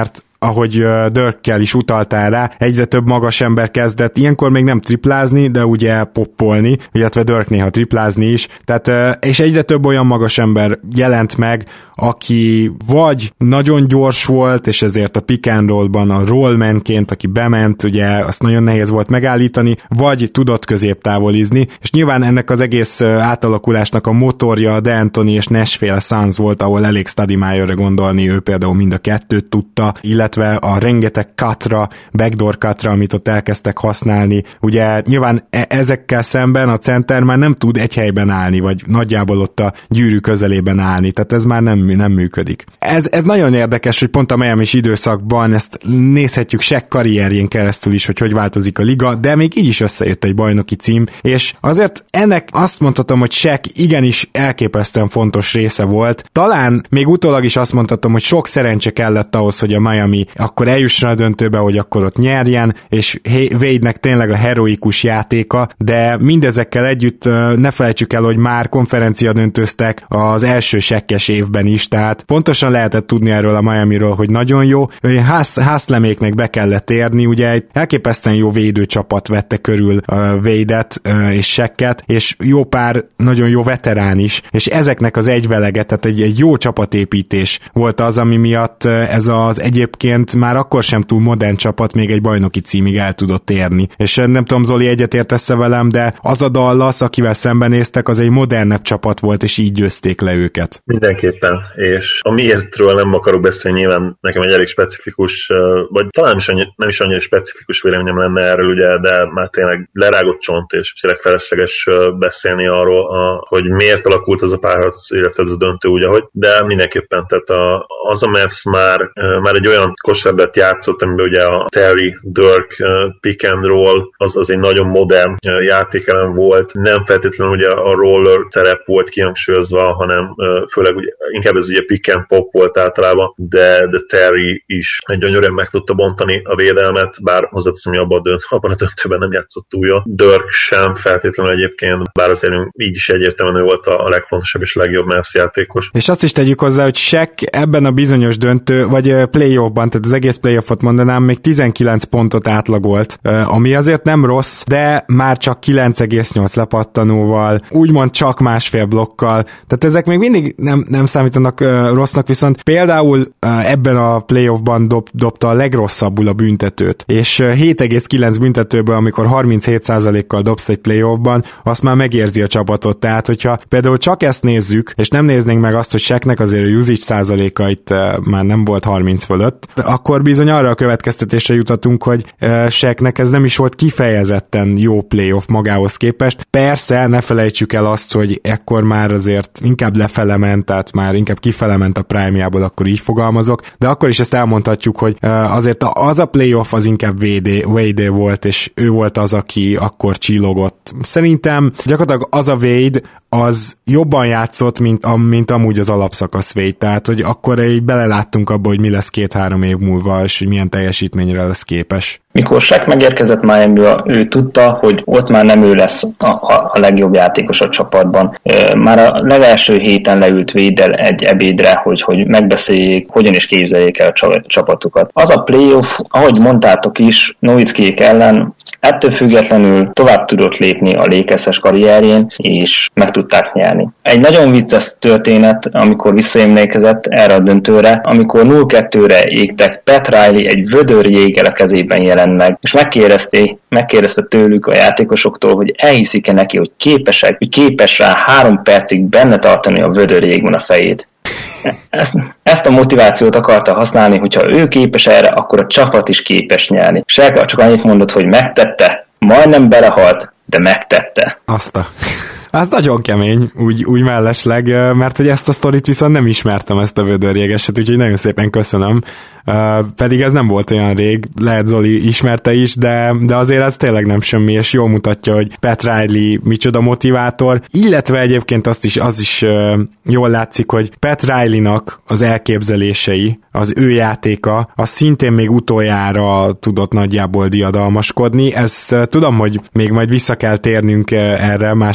ahogy Dirkkel is utaltál rá, egyre több magas ember kezdett, ilyenkor még nem triplázni, de ugye poppolni, illetve Dirk néha triplázni is, tehát, és egyre több olyan magas ember jelent meg, aki vagy nagyon gyors volt, és ezért a pick and rollban a rollmanként, aki bement, ugye azt nagyon nehéz volt megállítani, vagy tudott középtávolizni, és nyilván ennek az egész átalakulásnak a motorja a D'Antoni és Nash-féle Suns volt, ahol elég Stoudemire're gondolni, ő például mind a kettőt tudta, illetve a rengeteg cutra, backdoor cutra, amit ott elkezdtek használni. Ugye nyilván e- ezekkel szemben a center már nem tud egy helyben állni, vagy nagyjából ott a gyűrű közelében állni, tehát ez már nem, nem működik. Ez, ez nagyon érdekes, hogy pont a Miami-s időszakban ezt nézhetjük Shaq karrierjén keresztül is, hogy hogy változik a liga, de még így is összejött egy bajnoki cím, és azért ennek azt mondhatom, hogy Shaq igenis elképesztően fontos része volt. Talán még utólag is azt mondhatom, hogy sok szerencse kellett ahhoz, hogy a Miami akkor eljusson a döntőbe, hogy akkor ott nyerjen, és Wade-nek tényleg a heroikus játéka, de mindezekkel együtt ne felejtsük el, hogy már konferencia döntőztek az első Shaq-es évben is, tehát pontosan lehetett tudni erről a Miamiról, hogy nagyon jó. Haszleméknek be kellett érni, ugye egy elképesztően jó védőcsapat vette körül Wade-et és Shaq-et, és jó pár nagyon jó veterán is, és ezeknek az egyvelege, tehát egy, egy jó csapatépítés volt az, ami miatt ez az egyébként már akkor sem túl modern csapat még egy bajnoki címig el tudott érni. És nem tudom, Zoli, egyetértesz-e velem, de az a Dallas, akivel szembenéztek, az egy modernebb csapat volt, és így győzték le őket. Mindenképpen, és a miértről nem akarok beszélni, nyilván nekem egy elég specifikus, vagy talán is annyi, nem is annyira specifikus véleményem lenne erről, ugye, de már tényleg lerágott csont, és tényleg felesleges beszélni arról, a, hogy miért alakult az a párharc, illetve ez a döntő úgy, ahogy, de mindenképpen, tehát a, az a Mavs már, már egy olyan kosárlabdát játszott, amiben ugye a Terry, Dirk pick and roll, az, az egy nagyon modern játékelem volt, nem feltétlenül ugye a roller szerep volt kihangsúlyozva, hanem főleg ugye, inkább ez ugye pick and pop volt általában, de, de Terry is egy gyönyörűen meg tudta bontani a védelmet, bár hozzáteszem, hogy abban a, dönt, abban a döntőben nem játszott túl jó. Dirk sem feltétlenül egyébként, bár azért így is egyértelműen volt a legfontosabb és legjobb Mavs játékos. És azt is tegyük hozzá, hogy Shaq ebben a bizonyos döntő, vagy playoffban, tehát az egész playoffot mondanám, még tizenkilenc pontot átlagolt, ami azért nem rossz, de már csak kilenc egész nyolc lepattanóval, úgymond csak másfél blokkal, tehát ezek még mindig nem, nem számítanak rossznak, viszont például ebben a playoffban dob, dobta a legrosszabbul a büntetőt, és hét egész kilenc büntetőből, amikor harminchét százalékkal dobsz egy playoffban, azt már megérzi a csapatot, tehát hogyha például csak ezt nézzük, és nem néznénk meg azt, hogy Shaqnek azért a usage százalékait már nem volt harminc fölött, akkor bizony arra a következtetésre jutatunk, hogy Shaqnek ez nem is volt kifejezetten jó playoff magához képest. Persze, ne felejtsük el azt, hogy ekkor már azért inkább lefele ment, tehát már inkább kifele ment a prime-jából, akkor így fogalmazok, de akkor is ezt elmondhatjuk, hogy azért az a playoff az inkább Wade volt, és ő volt az, aki akkor csillogott. Szerintem gyakorlatilag az a Wade, az jobban játszott, mint, am, mint amúgy az alapszakasz Wade, tehát hogy akkor így beleláttunk abba, hogy mi lesz két-három év múlva, és hogy milyen teljesítményre lesz képes. Mikor Shaq megérkezett Miamibe, ő tudta, hogy ott már nem ő lesz a, a, a legjobb játékos a csapatban. Már a legelső héten leült Wade-del egy ebédre, hogy, hogy megbeszéljék, hogyan is képzeljék el a csapatukat. Az a playoff, ahogy mondtátok is, Nowitzkiék ellen ettől függetlenül tovább tudott lépni a Lakers-es karrierjén, és meg tudták nyerni. Egy nagyon vicces történet, amikor visszaemlékezett erre a döntőre, amikor nulla kettőre égtek, Pat Riley egy vödör jéggel a kezében jelent meg, és megkérdezte, megkérdezte tőlük a játékosoktól, hogy elhiszik-e neki, hogy képesek, hogy képes rá három percig benne tartani a vödör jégben a fejét. Ezt, ezt a motivációt akarta használni, hogyha ő képes erre, akkor a csapat is képes nyerni. Shaq csak annyit mondott, hogy megtette, majdnem belehalt, de megtette. Azt a... Az nagyon kemény, úgy, úgy mellesleg, mert hogy ezt a sztorit viszont nem ismertem, ezt a vödörjégeset, úgyhogy nagyon szépen köszönöm. Uh, pedig ez nem volt olyan rég, lehet Zoli ismerte is, de, de azért ez tényleg nem semmi, és jól mutatja, hogy Pat Riley micsoda motivátor, illetve egyébként azt is, az is uh, jól látszik, hogy Pat Riley-nak az elképzelései, az ő játéka, az szintén még utoljára tudott nagyjából diadalmaskodni. Ez uh, tudom, hogy még majd vissza kell térnünk uh, erre más szempontból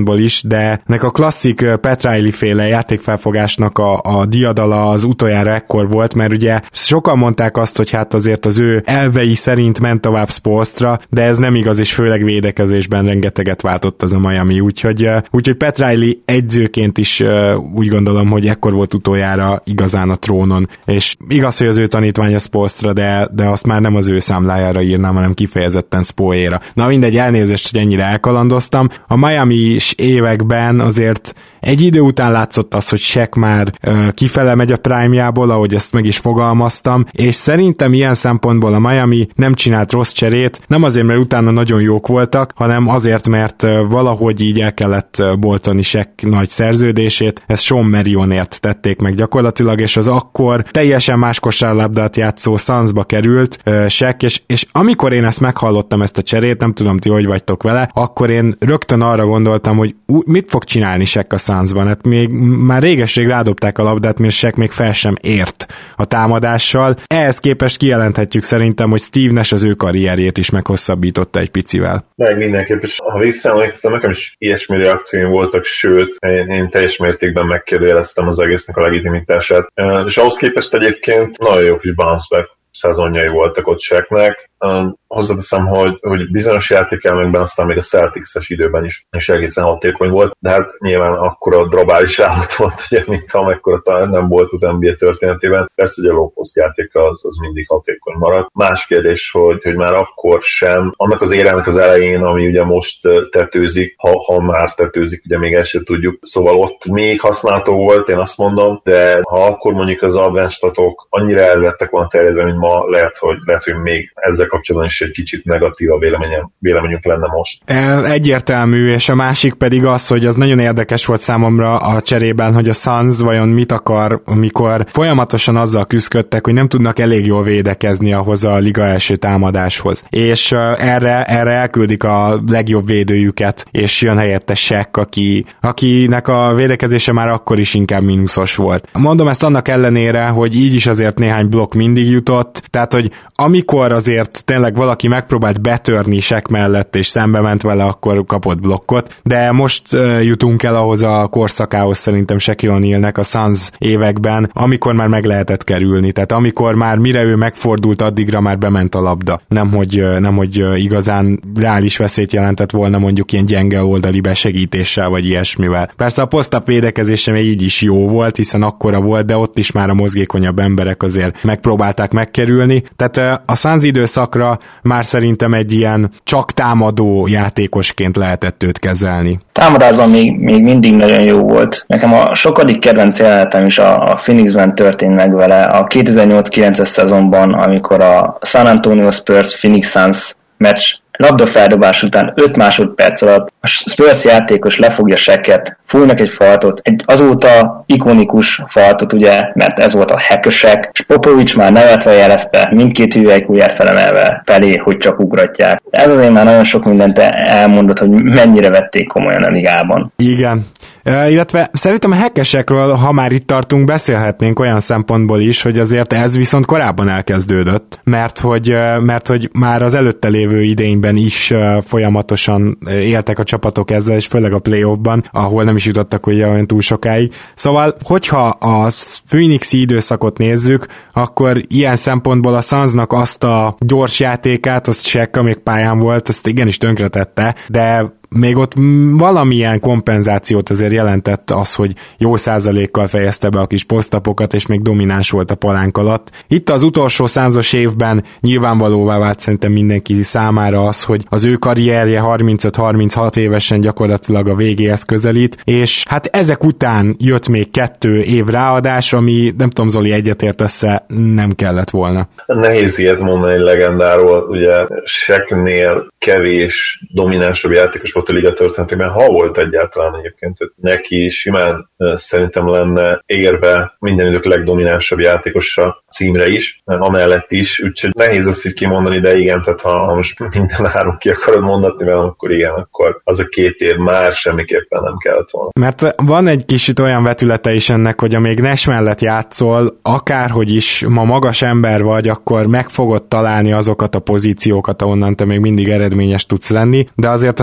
szempontból is, de nek a klasszik Pat Riley féle játékfelfogásnak a, a diadala az utoljára ekkor volt, mert ugye sokan mondták azt, hogy hát azért az ő elvei szerint ment tovább Spoelstra, de ez nem igaz, és főleg védekezésben rengeteget váltott az a Miami, úgyhogy, úgyhogy Pat Riley egyzőként is úgy gondolom, hogy ekkor volt utoljára igazán a trónon, és igaz, hogy az ő tanítványa Spoelstra, de, de azt már nem az ő számlájára írnám, hanem kifejezetten Spoéra. Na mindegy, elnézést, hogy ennyire elkalandoztam. A Miami-s években azért egy idő után látszott az, hogy Shaq már uh, kifele megy a prime-jából, ahogy ezt meg is fogalmaztam, és szerintem ilyen szempontból a Miami nem csinált rossz cserét, nem azért, mert utána nagyon jók voltak, hanem azért, mert uh, valahogy így el kellett uh, boltani Shaq nagy szerződését, ezt Sean Marionért tették meg gyakorlatilag, és az akkor teljesen más kosárlabdát játszó Sunsba került uh, Shaq, és, és amikor én ezt meghallottam, ezt a cserét, nem tudom ti, hogy vagytok vele, akkor én rögtön arra gondoltam, hogy ú, mit fog csinálni Shaq a Sunsban? Hát még már réges-rég rádobták a labdát, mert Shaq még fel sem ért a támadással. Ehhez képest kijelenthetjük szerintem, hogy Steve Nash az ő karrierjét is meghosszabbította egy picivel. Meg mindenképp, és ha visszaemlékszem, nekem is ilyesmi reakcióim voltak, sőt, én, én teljes mértékben megkérdőjeleztem az egésznek a legitimitását. És ahhoz képest egyébként nagyon jó kis bounce back szezonjai voltak ott Shaqnek. Um, hozzáteszem, hogy, hogy bizonyos játékelmekben aztán még a Celtics-es időben is, is egészen hatékony volt, de hát nyilván akkora drabális állat volt, ugye, mint amekkora talán nem volt az en bé á történetében. Persze, hogy a low post játéka az, az mindig hatékony maradt. Más kérdés, hogy, hogy már akkor sem, annak az érának az elején, ami ugye most tetőzik, ha, ha már tetőzik, ugye még ezt sem tudjuk, szóval ott még használható volt, én azt mondom, de ha akkor mondjuk az advanced statok annyira elvettek volna terjedve, mint ma, lehet, hogy, lehet, hogy még ezzel kapcsolatban is egy kicsit negatív a véleményem, véleményünk lenne most. Egyértelmű, és a másik pedig az, hogy az nagyon érdekes volt számomra a cserében, hogy a Suns vajon mit akar, amikor folyamatosan azzal küzdöttek, hogy nem tudnak elég jól védekezni ahhoz a liga első támadáshoz. És erre, erre elküldik a legjobb védőjüket, és jön helyette Shaq, aki, akinek a védekezése már akkor is inkább mínuszos volt. Mondom ezt annak ellenére, hogy így is azért néhány blokk mindig jutott, tehát, hogy amikor azért tényleg valaki megpróbált betörni Shaq mellett, és szembe ment vele, akkor kapott blokkot, de most uh, jutunk el ahhoz a korszakához szerintem Shaquille O'Nealnek a Suns években, amikor már meg lehetett kerülni, tehát amikor már mire ő megfordult, addigra már bement a labda. Nem, hogy, nem, hogy igazán reális veszélyt jelentett volna mondjuk ilyen gyenge oldali besegítéssel, vagy ilyesmivel. Persze a post-up védekezése még így is jó volt, hiszen akkora volt, de ott is már a mozgékonyabb emberek azért megpróbálták megkerülni. Tehát a Suns időszakra már szerintem egy ilyen csak támadó játékosként lehetett őt kezelni. Támadásban még, még mindig nagyon jó volt. Nekem a sokadik kedvenc jelenetem is a, a Phoenixben történt meg vele. A kétezer-nyolc kilences szezonban, amikor a San Antonio Spurs Phoenix Suns meccs labdafeldobás után öt másodperc alatt a Spurs játékos lefogja Shaqet, fújnak egy faltot, egy azóta ikonikus faltot, ugye, mert ez volt a hackesek, és Popovics már nevetve jelezte, mindkét hüvelykújját felemelve felé, hogy csak ugratják. Ez azért már nagyon sok mindent elmondott, hogy mennyire vették komolyan a ligában. Igen. Uh, illetve szerintem a hackesekről, ha már itt tartunk, beszélhetnénk olyan szempontból is, hogy azért ez viszont korábban elkezdődött, mert hogy, uh, mert hogy már az előtte lévő idényben is uh, folyamatosan éltek a csapatok ezzel, és főleg a playoffban, ahol nem is jutottak ugye olyan túl sokáig. Szóval, hogyha a Phoenixi időszakot nézzük, akkor ilyen szempontból a Sunsnak azt a gyors játékát, azt Shaq, amíg pályán volt, azt igenis tönkretette, de még ott valamilyen kompenzációt azért jelentett az, hogy jó százalékkal fejezte be a kis posztapokat, és még domináns volt a palánk alatt. Itt az utolsó százas évben nyilvánvalóvá vált szerintem mindenki számára az, hogy az ő karrierje harmincöt-harminchat évesen gyakorlatilag a végéhez közelít, és hát ezek után jött még kettő év ráadás, ami nem tudom, Zoli, egyetértesz-e, nem kellett volna. Nehéz ilyet mondani egy legendáról, ugye Shaqnél kevés dominánsabb játékos volt a liga történetében, ha volt egyáltalán egyébként. Neki simán szerintem lenne érve minden idők legdominánsabb játékosa címre is, amellett is, úgyhogy nehéz ezt így kimondani, de igen, tehát ha, ha most minden három ki akarod mondatni velem, akkor igen, akkor az a két év már semmiképpen nem kellett volna. Mert van egy kicsit olyan vetülete is ennek, hogy amíg Nash mellett játszol, akárhogy is ma magas ember vagy, akkor meg fogod találni azokat a pozíciókat, ahonnan te még mindig eredményes tudsz lenni, de azért a Suns is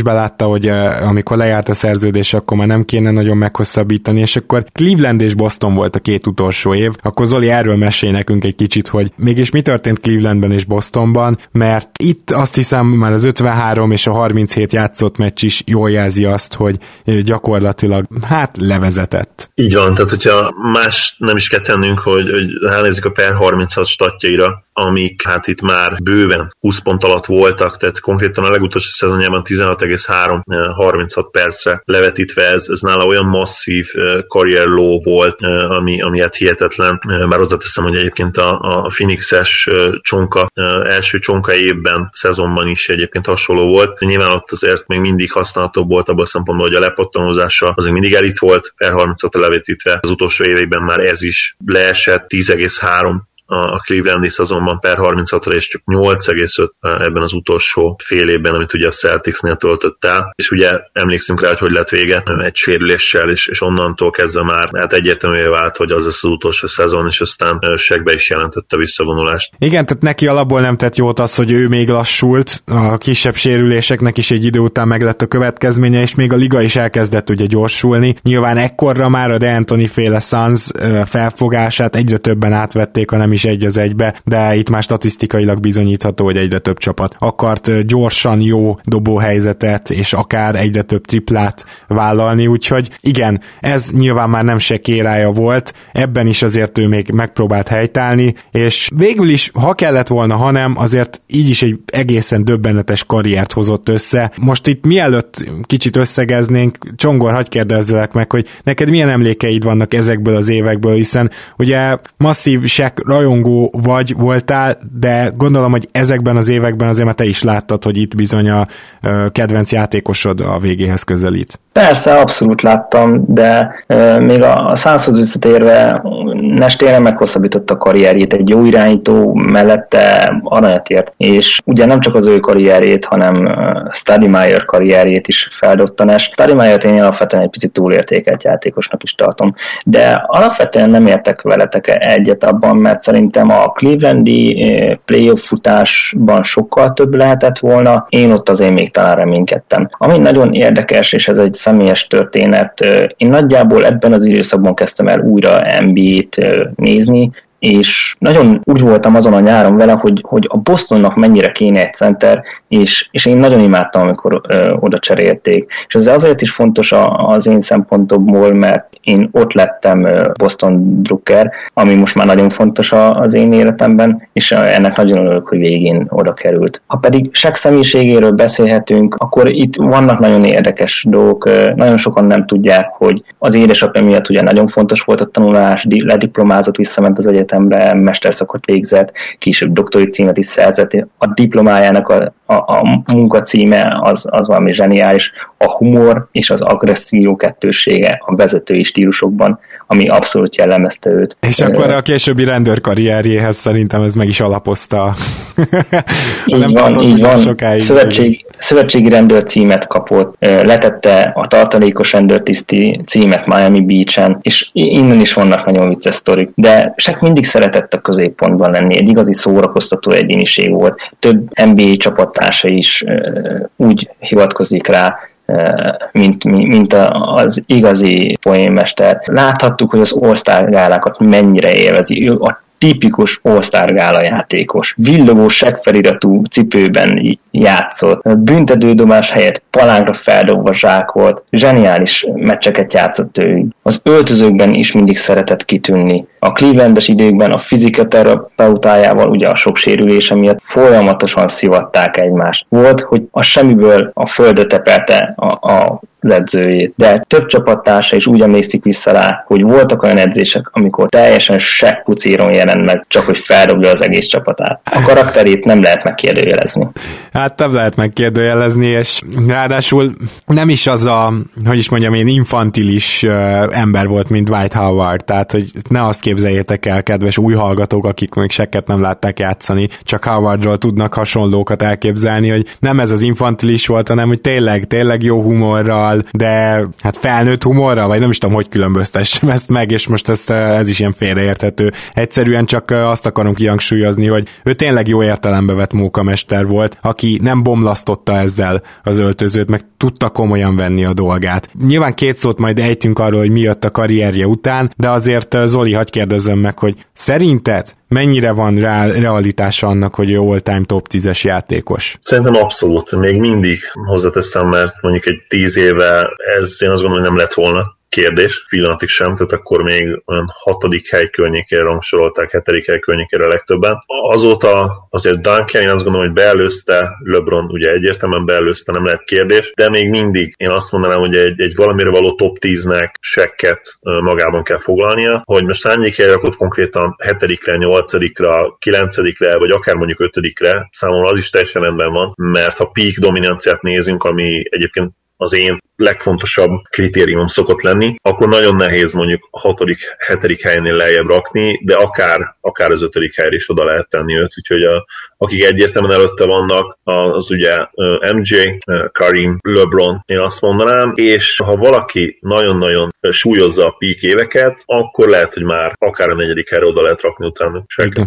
belátta, hogy amikor lejárt a szerződés, akkor már nem kéne nagyon meghosszabbítani, és akkor Cleveland és Boston volt a két utolsó év. Akkor Zoli, erről mesélj nekünk egy kicsit, hogy mégis mi történt Clevelandben és Bostonban, mert itt azt hiszem már az ötvenhárom és a harminchét játszott meccs is jól jelzi azt, hogy gyakorlatilag hát levezetett. Így van, tehát hogyha más nem is kell tennünk, hogy, hogy ránézzük a per harmincas statjaira, amik hát itt már bőven húsz pont alatt voltak, tehát konkrétan a legutolsó szezonjában tizenhat egész három harminchat percre levetítve, ez, ez nála olyan masszív career low volt, ami, ami hát hihetetlen. Már hozzáteszem, hogy egyébként a, a Phoenixes csonka, első csonka évben, szezonban is egyébként hasonló volt. Nyilván ott azért még mindig használható volt abban a szempontból, hogy a lepattanózása az mindig elit volt, per harminchat levetítve. Az utolsó években már ez is leesett, tíz egész három a Clevelandi szezonban per harminchatra, és csak nyolc egész öt ebben az utolsó fél évben, amit ugye a Celticsnél töltött el, és ugye emlékszünk rá, hogy hogy lett vége egy sérüléssel, és, és onnantól kezdve már hát egyértelművé vált, hogy az lesz az utolsó szezon, és aztán segbe is jelentette visszavonulást. Igen, tehát neki alapból nem tett jót az, hogy ő még lassult, a kisebb sérüléseknek is egy idő után meg lett a következménye, és még a liga is elkezdett ugye gyorsulni. Nyilván ekkorra már a D'Antoni féle Suns felfogását egyre többen átvették, ha nem is egy az egybe, de itt már statisztikailag bizonyítható, hogy egyre több csapat akart gyorsan jó dobóhelyzetet, és akár egyre több triplát vállalni, úgyhogy igen, ez nyilván már nem se kérája volt, ebben is azért ő még megpróbált helytállni, és végül is, ha kellett volna, ha nem, azért így is egy egészen döbbenetes karriert hozott össze. Most itt mielőtt kicsit összegeznénk, Csongor, hadd kérdezzelek meg, hogy neked milyen emlékeid vannak ezekből az évekből, hiszen ugye masszív Shaq rajongó vagy voltál, de gondolom, hogy ezekben az években azért már te is láttad, hogy itt bizony a kedvenc játékosod a végéhez közelít. Persze, abszolút láttam, de e, még a, a Sunshoz visszatérve Nash tényleg meghosszabbította a karrierjét, egy jó irányító mellette aranyat ért, és ugye nem csak az ő karrierjét, hanem Stoudemire karrierjét is feldobta Nash. Stoudemire-t én alapvetően egy picit túlértékelt játékosnak is tartom, de alapvetően nem értek veletek egyet abban, mert szerintem a Clevelandi playoff futásban sokkal több lehetett volna, én ott azért még talán reménykedtem. Ami nagyon érdekes, és ez egy személyes történet, én nagyjából ebben az időszakban kezdtem el újra en bé á-t nézni, és nagyon úgy voltam azon a nyáron vele, hogy, hogy a Bostonnak mennyire kéne egy center, és, és én nagyon imádtam, amikor ö, oda cserélték. És ez azért is fontos a, az én szempontomból, mert én ott lettem ö, Boston drukker, ami most már nagyon fontos a, az én életemben, és ennek nagyon örülök, hogy végén oda került. Ha pedig Shaq személyiségéről beszélhetünk, akkor itt vannak nagyon érdekes dolgok. Nagyon sokan nem tudják, hogy az édesapja miatt ugye nagyon fontos volt a tanulás, lediplomázott, visszament az egyetemre, mesterszakot végzett, később doktori címet is szerzett, a diplomájának a, a, a munkacíme az, az valami zseniális, a humor és az agresszió kettőssége a vezetői stílusokban, ami abszolút jellemezte őt. És akkor a későbbi rendőrkarrierjéhez szerintem ez meg is alapozta. Így nem van, így van. Szövetség, szövetségi rendőr címet kapott, letette a tartalékos rendőrtiszti címet Miami Beach-en, és innen is vannak nagyon vicces sztorik. De Shaq mindig szeretett a középpontban lenni, egy igazi szórakoztató egyéniség volt. Több en bé á csapattársa is úgy hivatkozik rá, mint, mint az igazi poénmester. Láthattuk, hogy az All-Star gálákat mennyire élvezi. Ő a tipikus All-Star gála játékos. Villogó seggfeliratú cipőben játszott. Büntetődobás helyett palánkra feldobva zsákolt. Zseniális meccseket játszott ő. Az öltözőkben is mindig szeretett kitűnni. A Clevelandes időkben a fizikaterapeutájával, ugye a sok sérülése miatt folyamatosan szivatták egymást. Volt, hogy a semmiből a földre tepelte a, a az edzőjét. De több csapattársa is úgy emlékszik vissza rá, hogy voltak olyan edzések, amikor teljesen seggpucéron jelent meg, csak hogy feldobja az egész csapatát. A karakterét nem lehet megkérdőjelezni. Hát nem lehet megkérdőjelezni, és ráadásul nem is az a, hogy is mondjam én, infantilis uh, ember volt, mint Dwight Howard, tehát hogy ne azt képzeljétek el, kedves új hallgatók, akik még Shaqet nem látták játszani, csak Howardról tudnak hasonlókat elképzelni, hogy nem ez az infantilis volt, hanem hogy tényleg, tényleg jó humorral, humorral, de hát felnőtt humorral, vagy nem is tudom, hogy különböztessem ezt meg, és most ez, ez is ilyen félreérthető. Egyszerűen csak azt akarom kihangsúlyozni, hogy ő tényleg jó értelembe vett mókamester volt, aki nem bomlasztotta ezzel az öltözőt, meg tudta komolyan venni a dolgát. Nyilván két szót majd ejtünk arról, hogy mi jött a karrierje után, de azért Zoli, hadd kérdezzem meg, hogy szerinted mennyire van rá realitása annak, hogy ő all-time top tízes játékos? Szerintem abszolút. Még mindig hozzáteszem, mert mondjuk egy tíz éve ez én azt gondolom, hogy nem lett volna kérdés, pillanatig sem, tehát akkor még olyan hatodik hely környékére rangsorolták, hetedik hely környékére a legtöbben. Azóta azért Duncan, én azt gondolom, hogy beelőzte, LeBron ugye egyértelműen beelőzte, nem lehet kérdés, de még mindig én azt mondanám, hogy egy, egy valamire való top tíznek sekket magában kell foglalnia, hogy most hányik hely rakott konkrétan hetedikre, nyolcadikra, kilencedikre, vagy akár mondjuk ötödikre, számomra az is teljesen rendben van, mert ha peak dominanciát nézünk, ami egyébként az én legfontosabb kritérium szokott lenni, akkor nagyon nehéz mondjuk a hatodik, hetedik helynél lejjebb rakni, de akár, akár az ötödik helyre is oda lehet tenni őt, úgyhogy a, akik egyértelműen előtte vannak, az ugye em jé, Karim, LeBron, én azt mondanám, és ha valaki nagyon-nagyon súlyozza a peak éveket, akkor lehet, hogy már akár a negyedik helyre oda lehet rakni utána.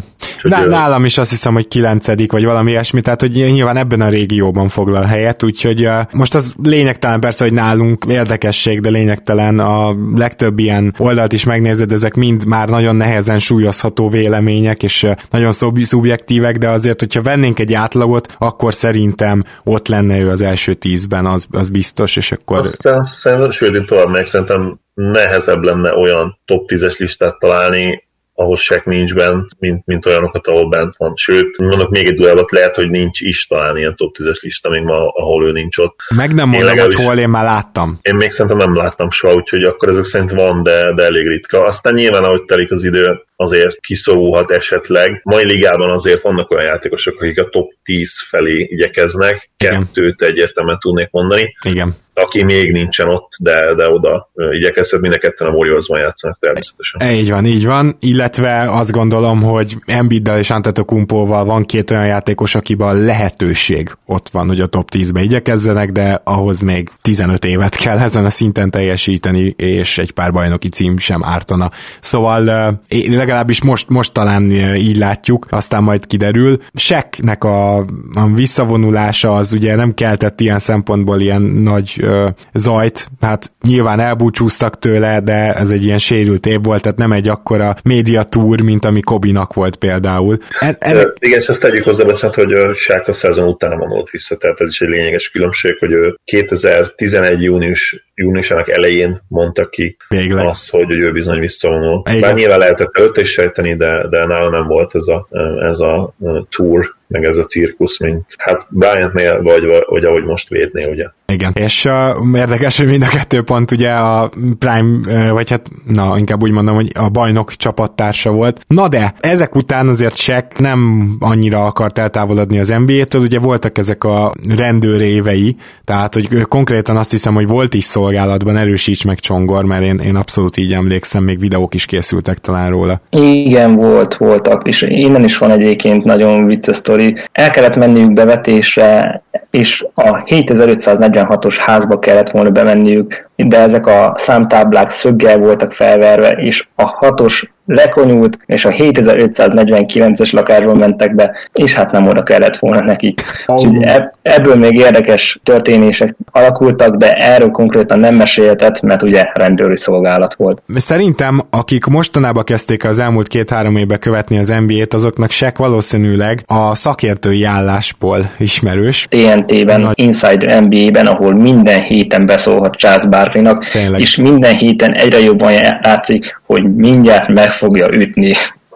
Ná, nálam is azt hiszem, hogy kilencedik, vagy valami ilyesmi, tehát hogy nyilván ebben a régióban foglal helyet, úgyhogy uh, most az lényegtelen persze, hogy nálunk érdekesség, de lényegtelen a legtöbb ilyen oldalt is megnézed, ezek mind már nagyon nehezen súlyozható vélemények, és uh, nagyon szub- szubjektívek, de azért, hogyha vennénk egy átlagot, akkor szerintem ott lenne ő az első tízben, az, az biztos, és akkor... Aztán szerintem, sőt, én tovább meg szerintem nehezebb lenne olyan top tízes listát találni, ahol Shaq nincs bent, mint, mint olyanokat, ahol bent van. Sőt, mondok még egy duellat, lehet, hogy nincs is talán ilyen top tízes lista, még ma, ahol ő nincs ott. Meg nem mondom, legalábbis, hogy hol én már láttam. Én még szerintem nem láttam soha, úgyhogy akkor ezek szerint van, de, de elég ritka. Aztán nyilván, ahogy telik az idő, azért kiszorulhat esetleg. Mai ligában azért vannak olyan játékosok, akik a top tíz felé igyekeznek. Igen. Kettőt egyértelműen tudnék mondani. Igen. Aki még nincsen ott, de, de oda igyekezhet, mind a ketten a Warriorsban játszanak természetesen. Így van, így van, illetve azt gondolom, hogy Embiiddel és Antetokounmpóval van két olyan játékos, akiben a lehetőség ott van, hogy a top tízbe igyekezzenek, de ahhoz még tizenöt évet kell ezen a szinten teljesíteni, és egy pár bajnoki cím sem ártana. Szóval legalábbis most, most talán így látjuk, aztán majd kiderül. Shaqnek a, a visszavonulása az ugye nem keltett ilyen szempontból ilyen nagy zajt, hát nyilván elbúcsúztak tőle, de ez egy ilyen sérült év volt, tehát nem egy akkora média tour, mint ami Kobinak volt például. En, en... Igen, és ezt tegyük hozzá, bocsánat, hogy Shaq a szezon után vonult vissza, tehát ez is egy lényeges különbség, hogy ő kétezer-tizenegy június júniusának elején mondta ki Végleg. azt, hogy ő bizony visszavonul. Bár nyilván lehetett előtte is sejteni, de, de nála nem volt ez a, ez a tour, meg ez a cirkusz, mint hát Bryantnél, vagy, vagy ahogy most védné, ugye. Igen, és uh, érdekes, hogy mind a kettő pont ugye a Prime, uh, vagy hát na, inkább úgy mondom, hogy a bajnok csapattársa volt. Na de, ezek után azért Shaq nem annyira akart eltávolodni az en bé á-től, ugye voltak ezek a rendőr évei, tehát hogy konkrétan azt hiszem, hogy volt is szolgálatban, erősíts meg Csongor, mert én, én abszolút így emlékszem, még videók is készültek talán róla. Igen, volt, voltak, és innen is van egyébként nagyon vicces sztori. El kellett menniük bevetésre, és a hétezer-ötszáznegyvenhatos házba kellett volna bemenniük, de ezek a számtáblák szöggel voltak felverve, és a hatos lekonyult, és a hétezer-ötszáznegyvenkilences lakásban mentek be, és hát nem oda kellett volna nekik. Oh. Ebből még érdekes történések alakultak, de erről konkrétan nem mesélhetett, mert ugye rendőri szolgálat volt. Szerintem, akik mostanában kezdték az elmúlt két-három évben követni az en bé á-t, azoknak Shaq valószínűleg a szakértői állásból ismerős. té en té-ben, Nagy... Inside en bé á-ben, ahol minden héten beszólhat Charles Barkleynak, Tényleg. és minden héten egyre jobban látszik, hogy mindjárt meg fogja ütni.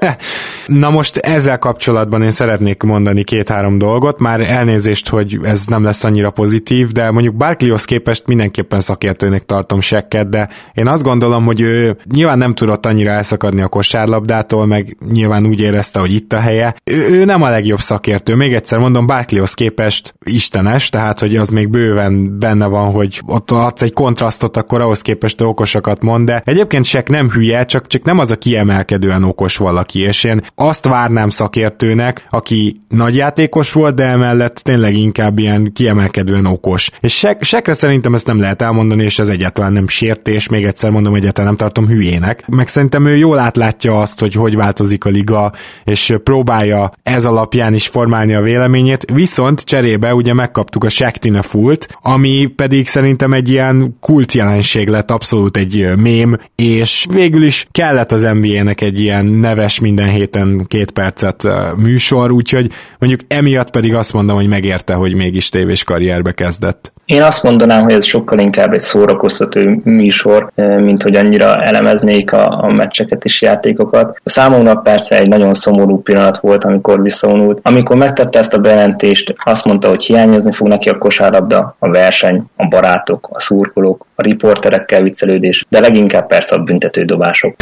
Na most ezzel kapcsolatban én szeretnék mondani két-három dolgot, már elnézést, hogy ez nem lesz annyira pozitív, de mondjuk Barkleyhoz képest mindenképpen szakértőnek tartom Shaqet, de én azt gondolom, hogy ő nyilván nem tudott annyira elszakadni a kosárlabdától, meg nyilván úgy érezte, hogy itt a helye. Ő, ő nem a legjobb szakértő, még egyszer mondom, Barkleyhoz képest istenes, tehát hogy az még bőven benne van, hogy ott adsz egy kontrasztot, akkor ahhoz képest okosakat mond, de egyébként Shaq nem hülye, csak, csak nem az a kiemelkedően okos valaki, és én azt várnám szakértőnek, aki nagy játékos volt, de emellett tényleg inkább ilyen kiemelkedően okos. És Shaq, Shaqre szerintem ezt nem lehet elmondani, és ez egyáltalán nem sértés, még egyszer mondom, egyáltalán nem tartom hülyének. Meg szerintem ő jól átlátja azt, hogy hogy változik a liga, és próbálja ez alapján is formálni a véleményét, viszont cserébe ugye megkaptuk a Shaqtina Fullt, ami pedig szerintem egy ilyen kult jelenség lett, abszolút egy mém, és végül is kellett az en bé á-nek egy ilyen neves minden héten két percet műsor, úgyhogy mondjuk emiatt pedig azt mondom, hogy megérte, hogy mégis tévés karrierbe kezdett. Én azt mondanám, hogy ez sokkal inkább egy szórakoztató műsor, mint hogy annyira elemeznék a, a meccseket és játékokat. A számomra persze egy nagyon szomorú pillanat volt, amikor visszavonult. Amikor megtette ezt a bejelentést, azt mondta, hogy hiányozni fog neki a kosárlabda, a verseny, a barátok, a szurkolók, a riporterekkel viccelődés, de leginkább persze a büntetődobások.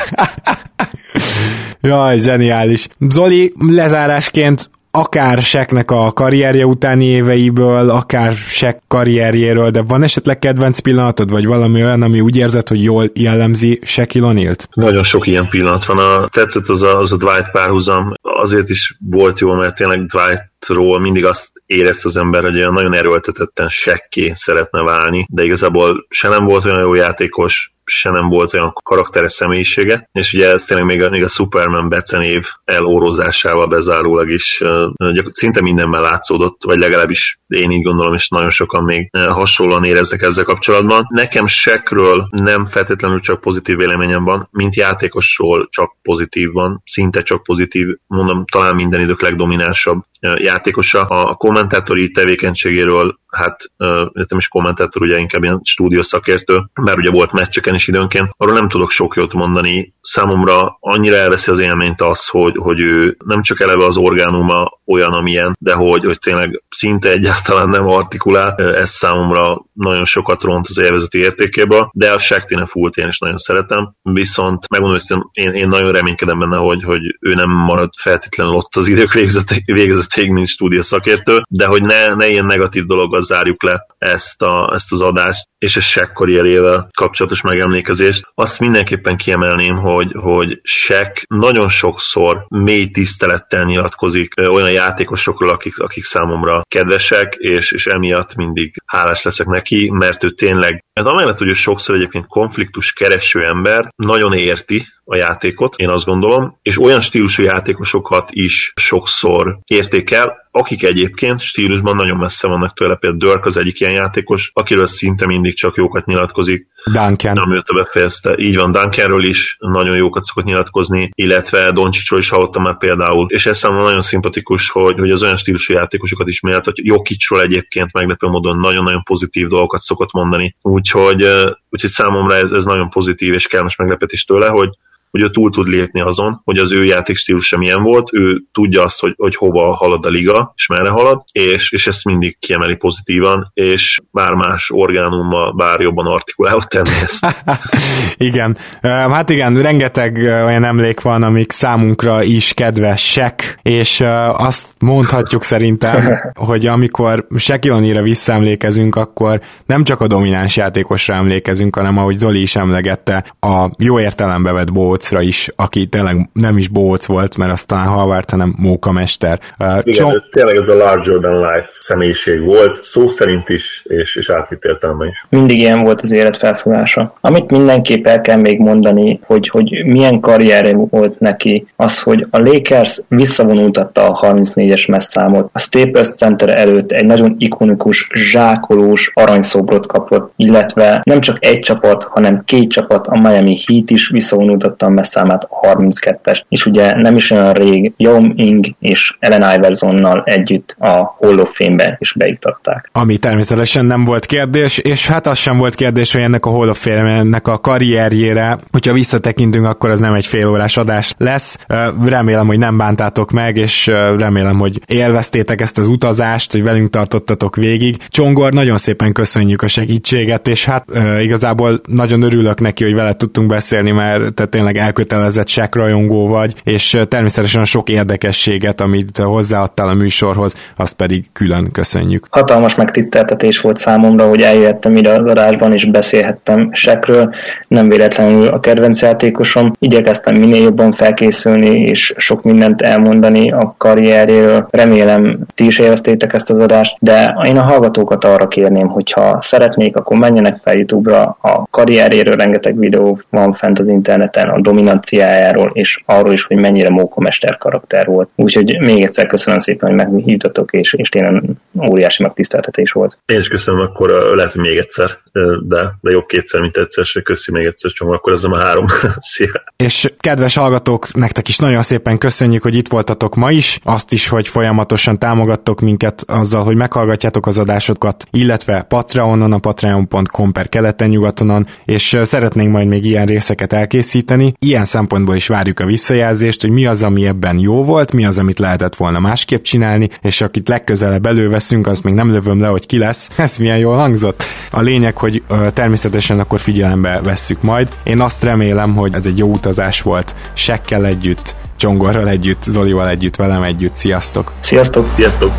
Jaj, zseniális. Zoli, lezárásként akár Shaqnek a karrierje utáni éveiből, akár Shaq karrierjéről, de van esetleg kedvenc pillanatod, vagy valami olyan, ami úgy érzed, hogy jól jellemzi Shaquille O'Nealt? Nagyon sok ilyen pillanat van. A, tetszett az a, az a Dwight párhuzam. Azért is volt jó, mert tényleg Dwightról mindig azt érezte az ember, hogy olyan nagyon erőltetetten Shaqké szeretne válni, de igazából se nem volt olyan jó játékos, se nem volt olyan karakteres személyisége, és ugye ez tényleg még a, még a Superman becenév elórozásával bezárólag is uh, szinte mindenben látszódott, vagy legalábbis én így gondolom, és nagyon sokan még uh, hasonlóan éreznek ezzel kapcsolatban. Nekem Shaqről nem feltétlenül csak pozitív véleményem van, mint játékosról csak pozitív van, szinte csak pozitív, mondom, talán minden idők legdominánsabb uh, játékosa. A kommentátori tevékenységéről, hát uh, nem is kommentátor, ugye inkább ilyen stúdiószakértő, mert ugye volt meccseken is időnként, arról nem tudok sok jót mondani. Számomra annyira elveszi az élményt az, hogy, hogy ő nem csak eleve az orgánuma olyan, amilyen, de hogy, hogy tényleg szinte egyáltalán nem artikulál, ez számomra nagyon sokat ront az élvezeti értékéből, de a Shaqtina Fullt én is nagyon szeretem, viszont megmondom, hogy én, én nagyon reménykedem benne, hogy, hogy ő nem marad feltétlenül ott az idők végezetéig, mint stúdió szakértő, de hogy ne, ne ilyen negatív dologgal zárjuk le ezt, a, ezt az adást, és a Shaq karrierjével kapcsolatos megemlékezést. Azt mindenképpen kiemelném, hogy, hogy Shaq nagyon sokszor mély tisztelettel nyilatkozik olyan játékosokról, akik, akik számomra kedvesek, és, és emiatt mindig hálás leszek neki, mert ő tényleg, mert amellett, hogy ő sokszor egyébként konfliktus kereső ember, nagyon érti a játékot, én azt gondolom, és olyan stílusú játékosokat is sokszor értékel, akik egyébként stílusban nagyon messze vannak tőle, például Dirk az egyik ilyen játékos, akiről szinte mindig csak jókat nyilatkozik. Duncan. Nem őt befejezte. Így van, Duncanről is nagyon jókat szokott nyilatkozni, illetve Doncsicsról is hallottam már például, és ez számomra nagyon szimpatikus, hogy, hogy az olyan stílusú játékosokat is méltatja. Jokicsról egyébként meglepő módon nagyon-nagyon pozitív dolgokat szokott mondani. Úgyhogy, úgyhogy számomra ez, ez nagyon pozitív és kellemes meglepetés tőle, hogy hogy ő túl tud lépni azon, hogy az ő játékstílusa milyen volt, ő tudja azt, hogy, hogy hova halad a liga, és merre halad, és, és ezt mindig kiemeli pozitívan, és bár más orgánummal, bár jobban artikulálva tenni ezt. Igen, hát igen, rengeteg olyan emlék van, amik számunkra is kedves Shaq, és azt mondhatjuk szerintem, hogy amikor Shaquille O'Nealra visszaemlékezünk, akkor nem csak a domináns játékosra emlékezünk, hanem ahogy Zoli is emlegette, a jó értelembe vett Bócra is, aki tényleg nem is Bóc volt, mert aztán Halvárt, hanem mókamester. Uh, Igen, Csom- tényleg ez a larger than life személyiség volt, szó szerint is, és, és átvitt értelme is. Mindig ilyen volt az életfelfogása. Amit mindenképp el kell még mondani, hogy, hogy milyen karrierje volt neki, az, hogy a Lakers visszavonultatta a harmincnégyes messzámot, a Staples Center előtt egy nagyon ikonikus, zsákolós aranyszobrot kapott, illetve nem csak egy csapat, hanem két csapat, a Miami Heat is visszavonultatta a messzámát, a harminckettes, és ugye nem is olyan rég Yao Ming és Allen Iversonnal együtt a Hall of Fame-be is beiktatták. Ami természetesen nem volt kérdés, és hát az sem volt kérdés, hogy ennek a Hall of Fame-nek a karrierjére, hogyha visszatekintünk, akkor az nem egy félórás adás lesz. Remélem, hogy nem bántátok meg, és remélem, hogy élveztétek ezt az utazást, hogy velünk tartottatok végig. Csongor, nagyon szépen köszönjük a segítséget, és hát igazából nagyon örülök neki, hogy veled tudtunk beszélni, mert te tényleg elkötelezett Shaq rajongó vagy, és természetesen a sok érdekességet, amit hozzáadtál a műsorhoz, azt pedig külön köszönjük. Hatalmas megtiszteltetés volt számomra, hogy eljöttem ide az adásban, és beszélhettem Shaqről. Nem véletlenül a kedvenc játékosom. Igyekeztem minél jobban felkészülni, és sok mindent elmondani a karrierjéről. Remélem, ti is élveztétek ezt az adást, de én a hallgatókat arra kérném, hogyha szeretnék, akkor menjenek fel YouTube-ra. A karrierjéről rengeteg videó van fent az interneten, a dominanciájáról, és arról is, hogy mennyire mókamester karakter volt. Úgyhogy még egyszer köszönöm szépen, hogy meghívtatok, és, és tényleg óriási megtiszteltetés volt. Én is köszönöm, akkor lehet, hogy még egyszer, de, de jobb kétszer, mint egyszer, se köszi még egyszer, csomó, akkor ez a három. Szia! És kedves hallgatók, nektek is nagyon szépen köszönjük, hogy itt voltatok ma is, azt is, hogy folyamatosan támogattok minket azzal, hogy meghallgatjátok az adásokat, illetve Patreonon, a patreon pont com per keleten-nyugatonon, és szeretnénk majd még ilyen részeket elkészíteni. Ilyen szempontból is várjuk a visszajelzést, hogy mi az, ami ebben jó volt, mi az, amit lehetett volna másképp csinálni, és akit legközelebb előveszünk, azt még nem lövöm le, hogy ki lesz. Ez milyen jól hangzott. A lényeg, hogy ö, természetesen akkor figyelembe vesszük majd. Én azt remélem, hogy ez egy jó utazás volt Shaqkel együtt, Csongorral együtt, Zolival együtt, velem együtt. Sziasztok! Sziasztok! Sziasztok!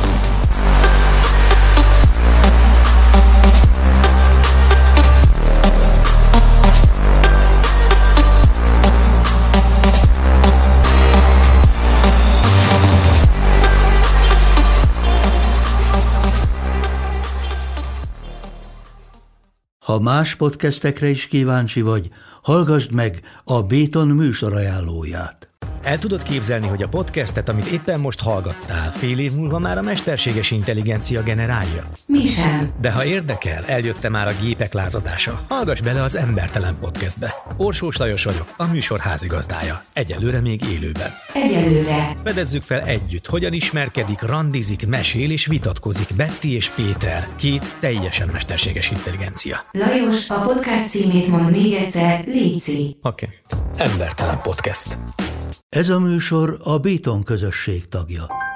Ha más podcastekre is kíváncsi vagy, hallgassd meg a Béton műsor ajánlóját. El tudod képzelni, hogy a podcastet, amit éppen most hallgattál, fél év múlva már a mesterséges intelligencia generálja? Mi sem. De ha érdekel, eljött már a gépek lázadása. Hallgass bele az Embertelen Podcastbe. Orsós Lajos vagyok, a műsor házigazdája. Egyelőre még élőben. Egyelőre. Fedezzük fel együtt, hogyan ismerkedik, randizik, mesél és vitatkozik Betty és Péter, két teljesen mesterséges intelligencia. Lajos, a podcast címét mond még egyszer, léci. Oké. Okay. Embertelen Podcast. Ez a műsor a Béton közösség tagja.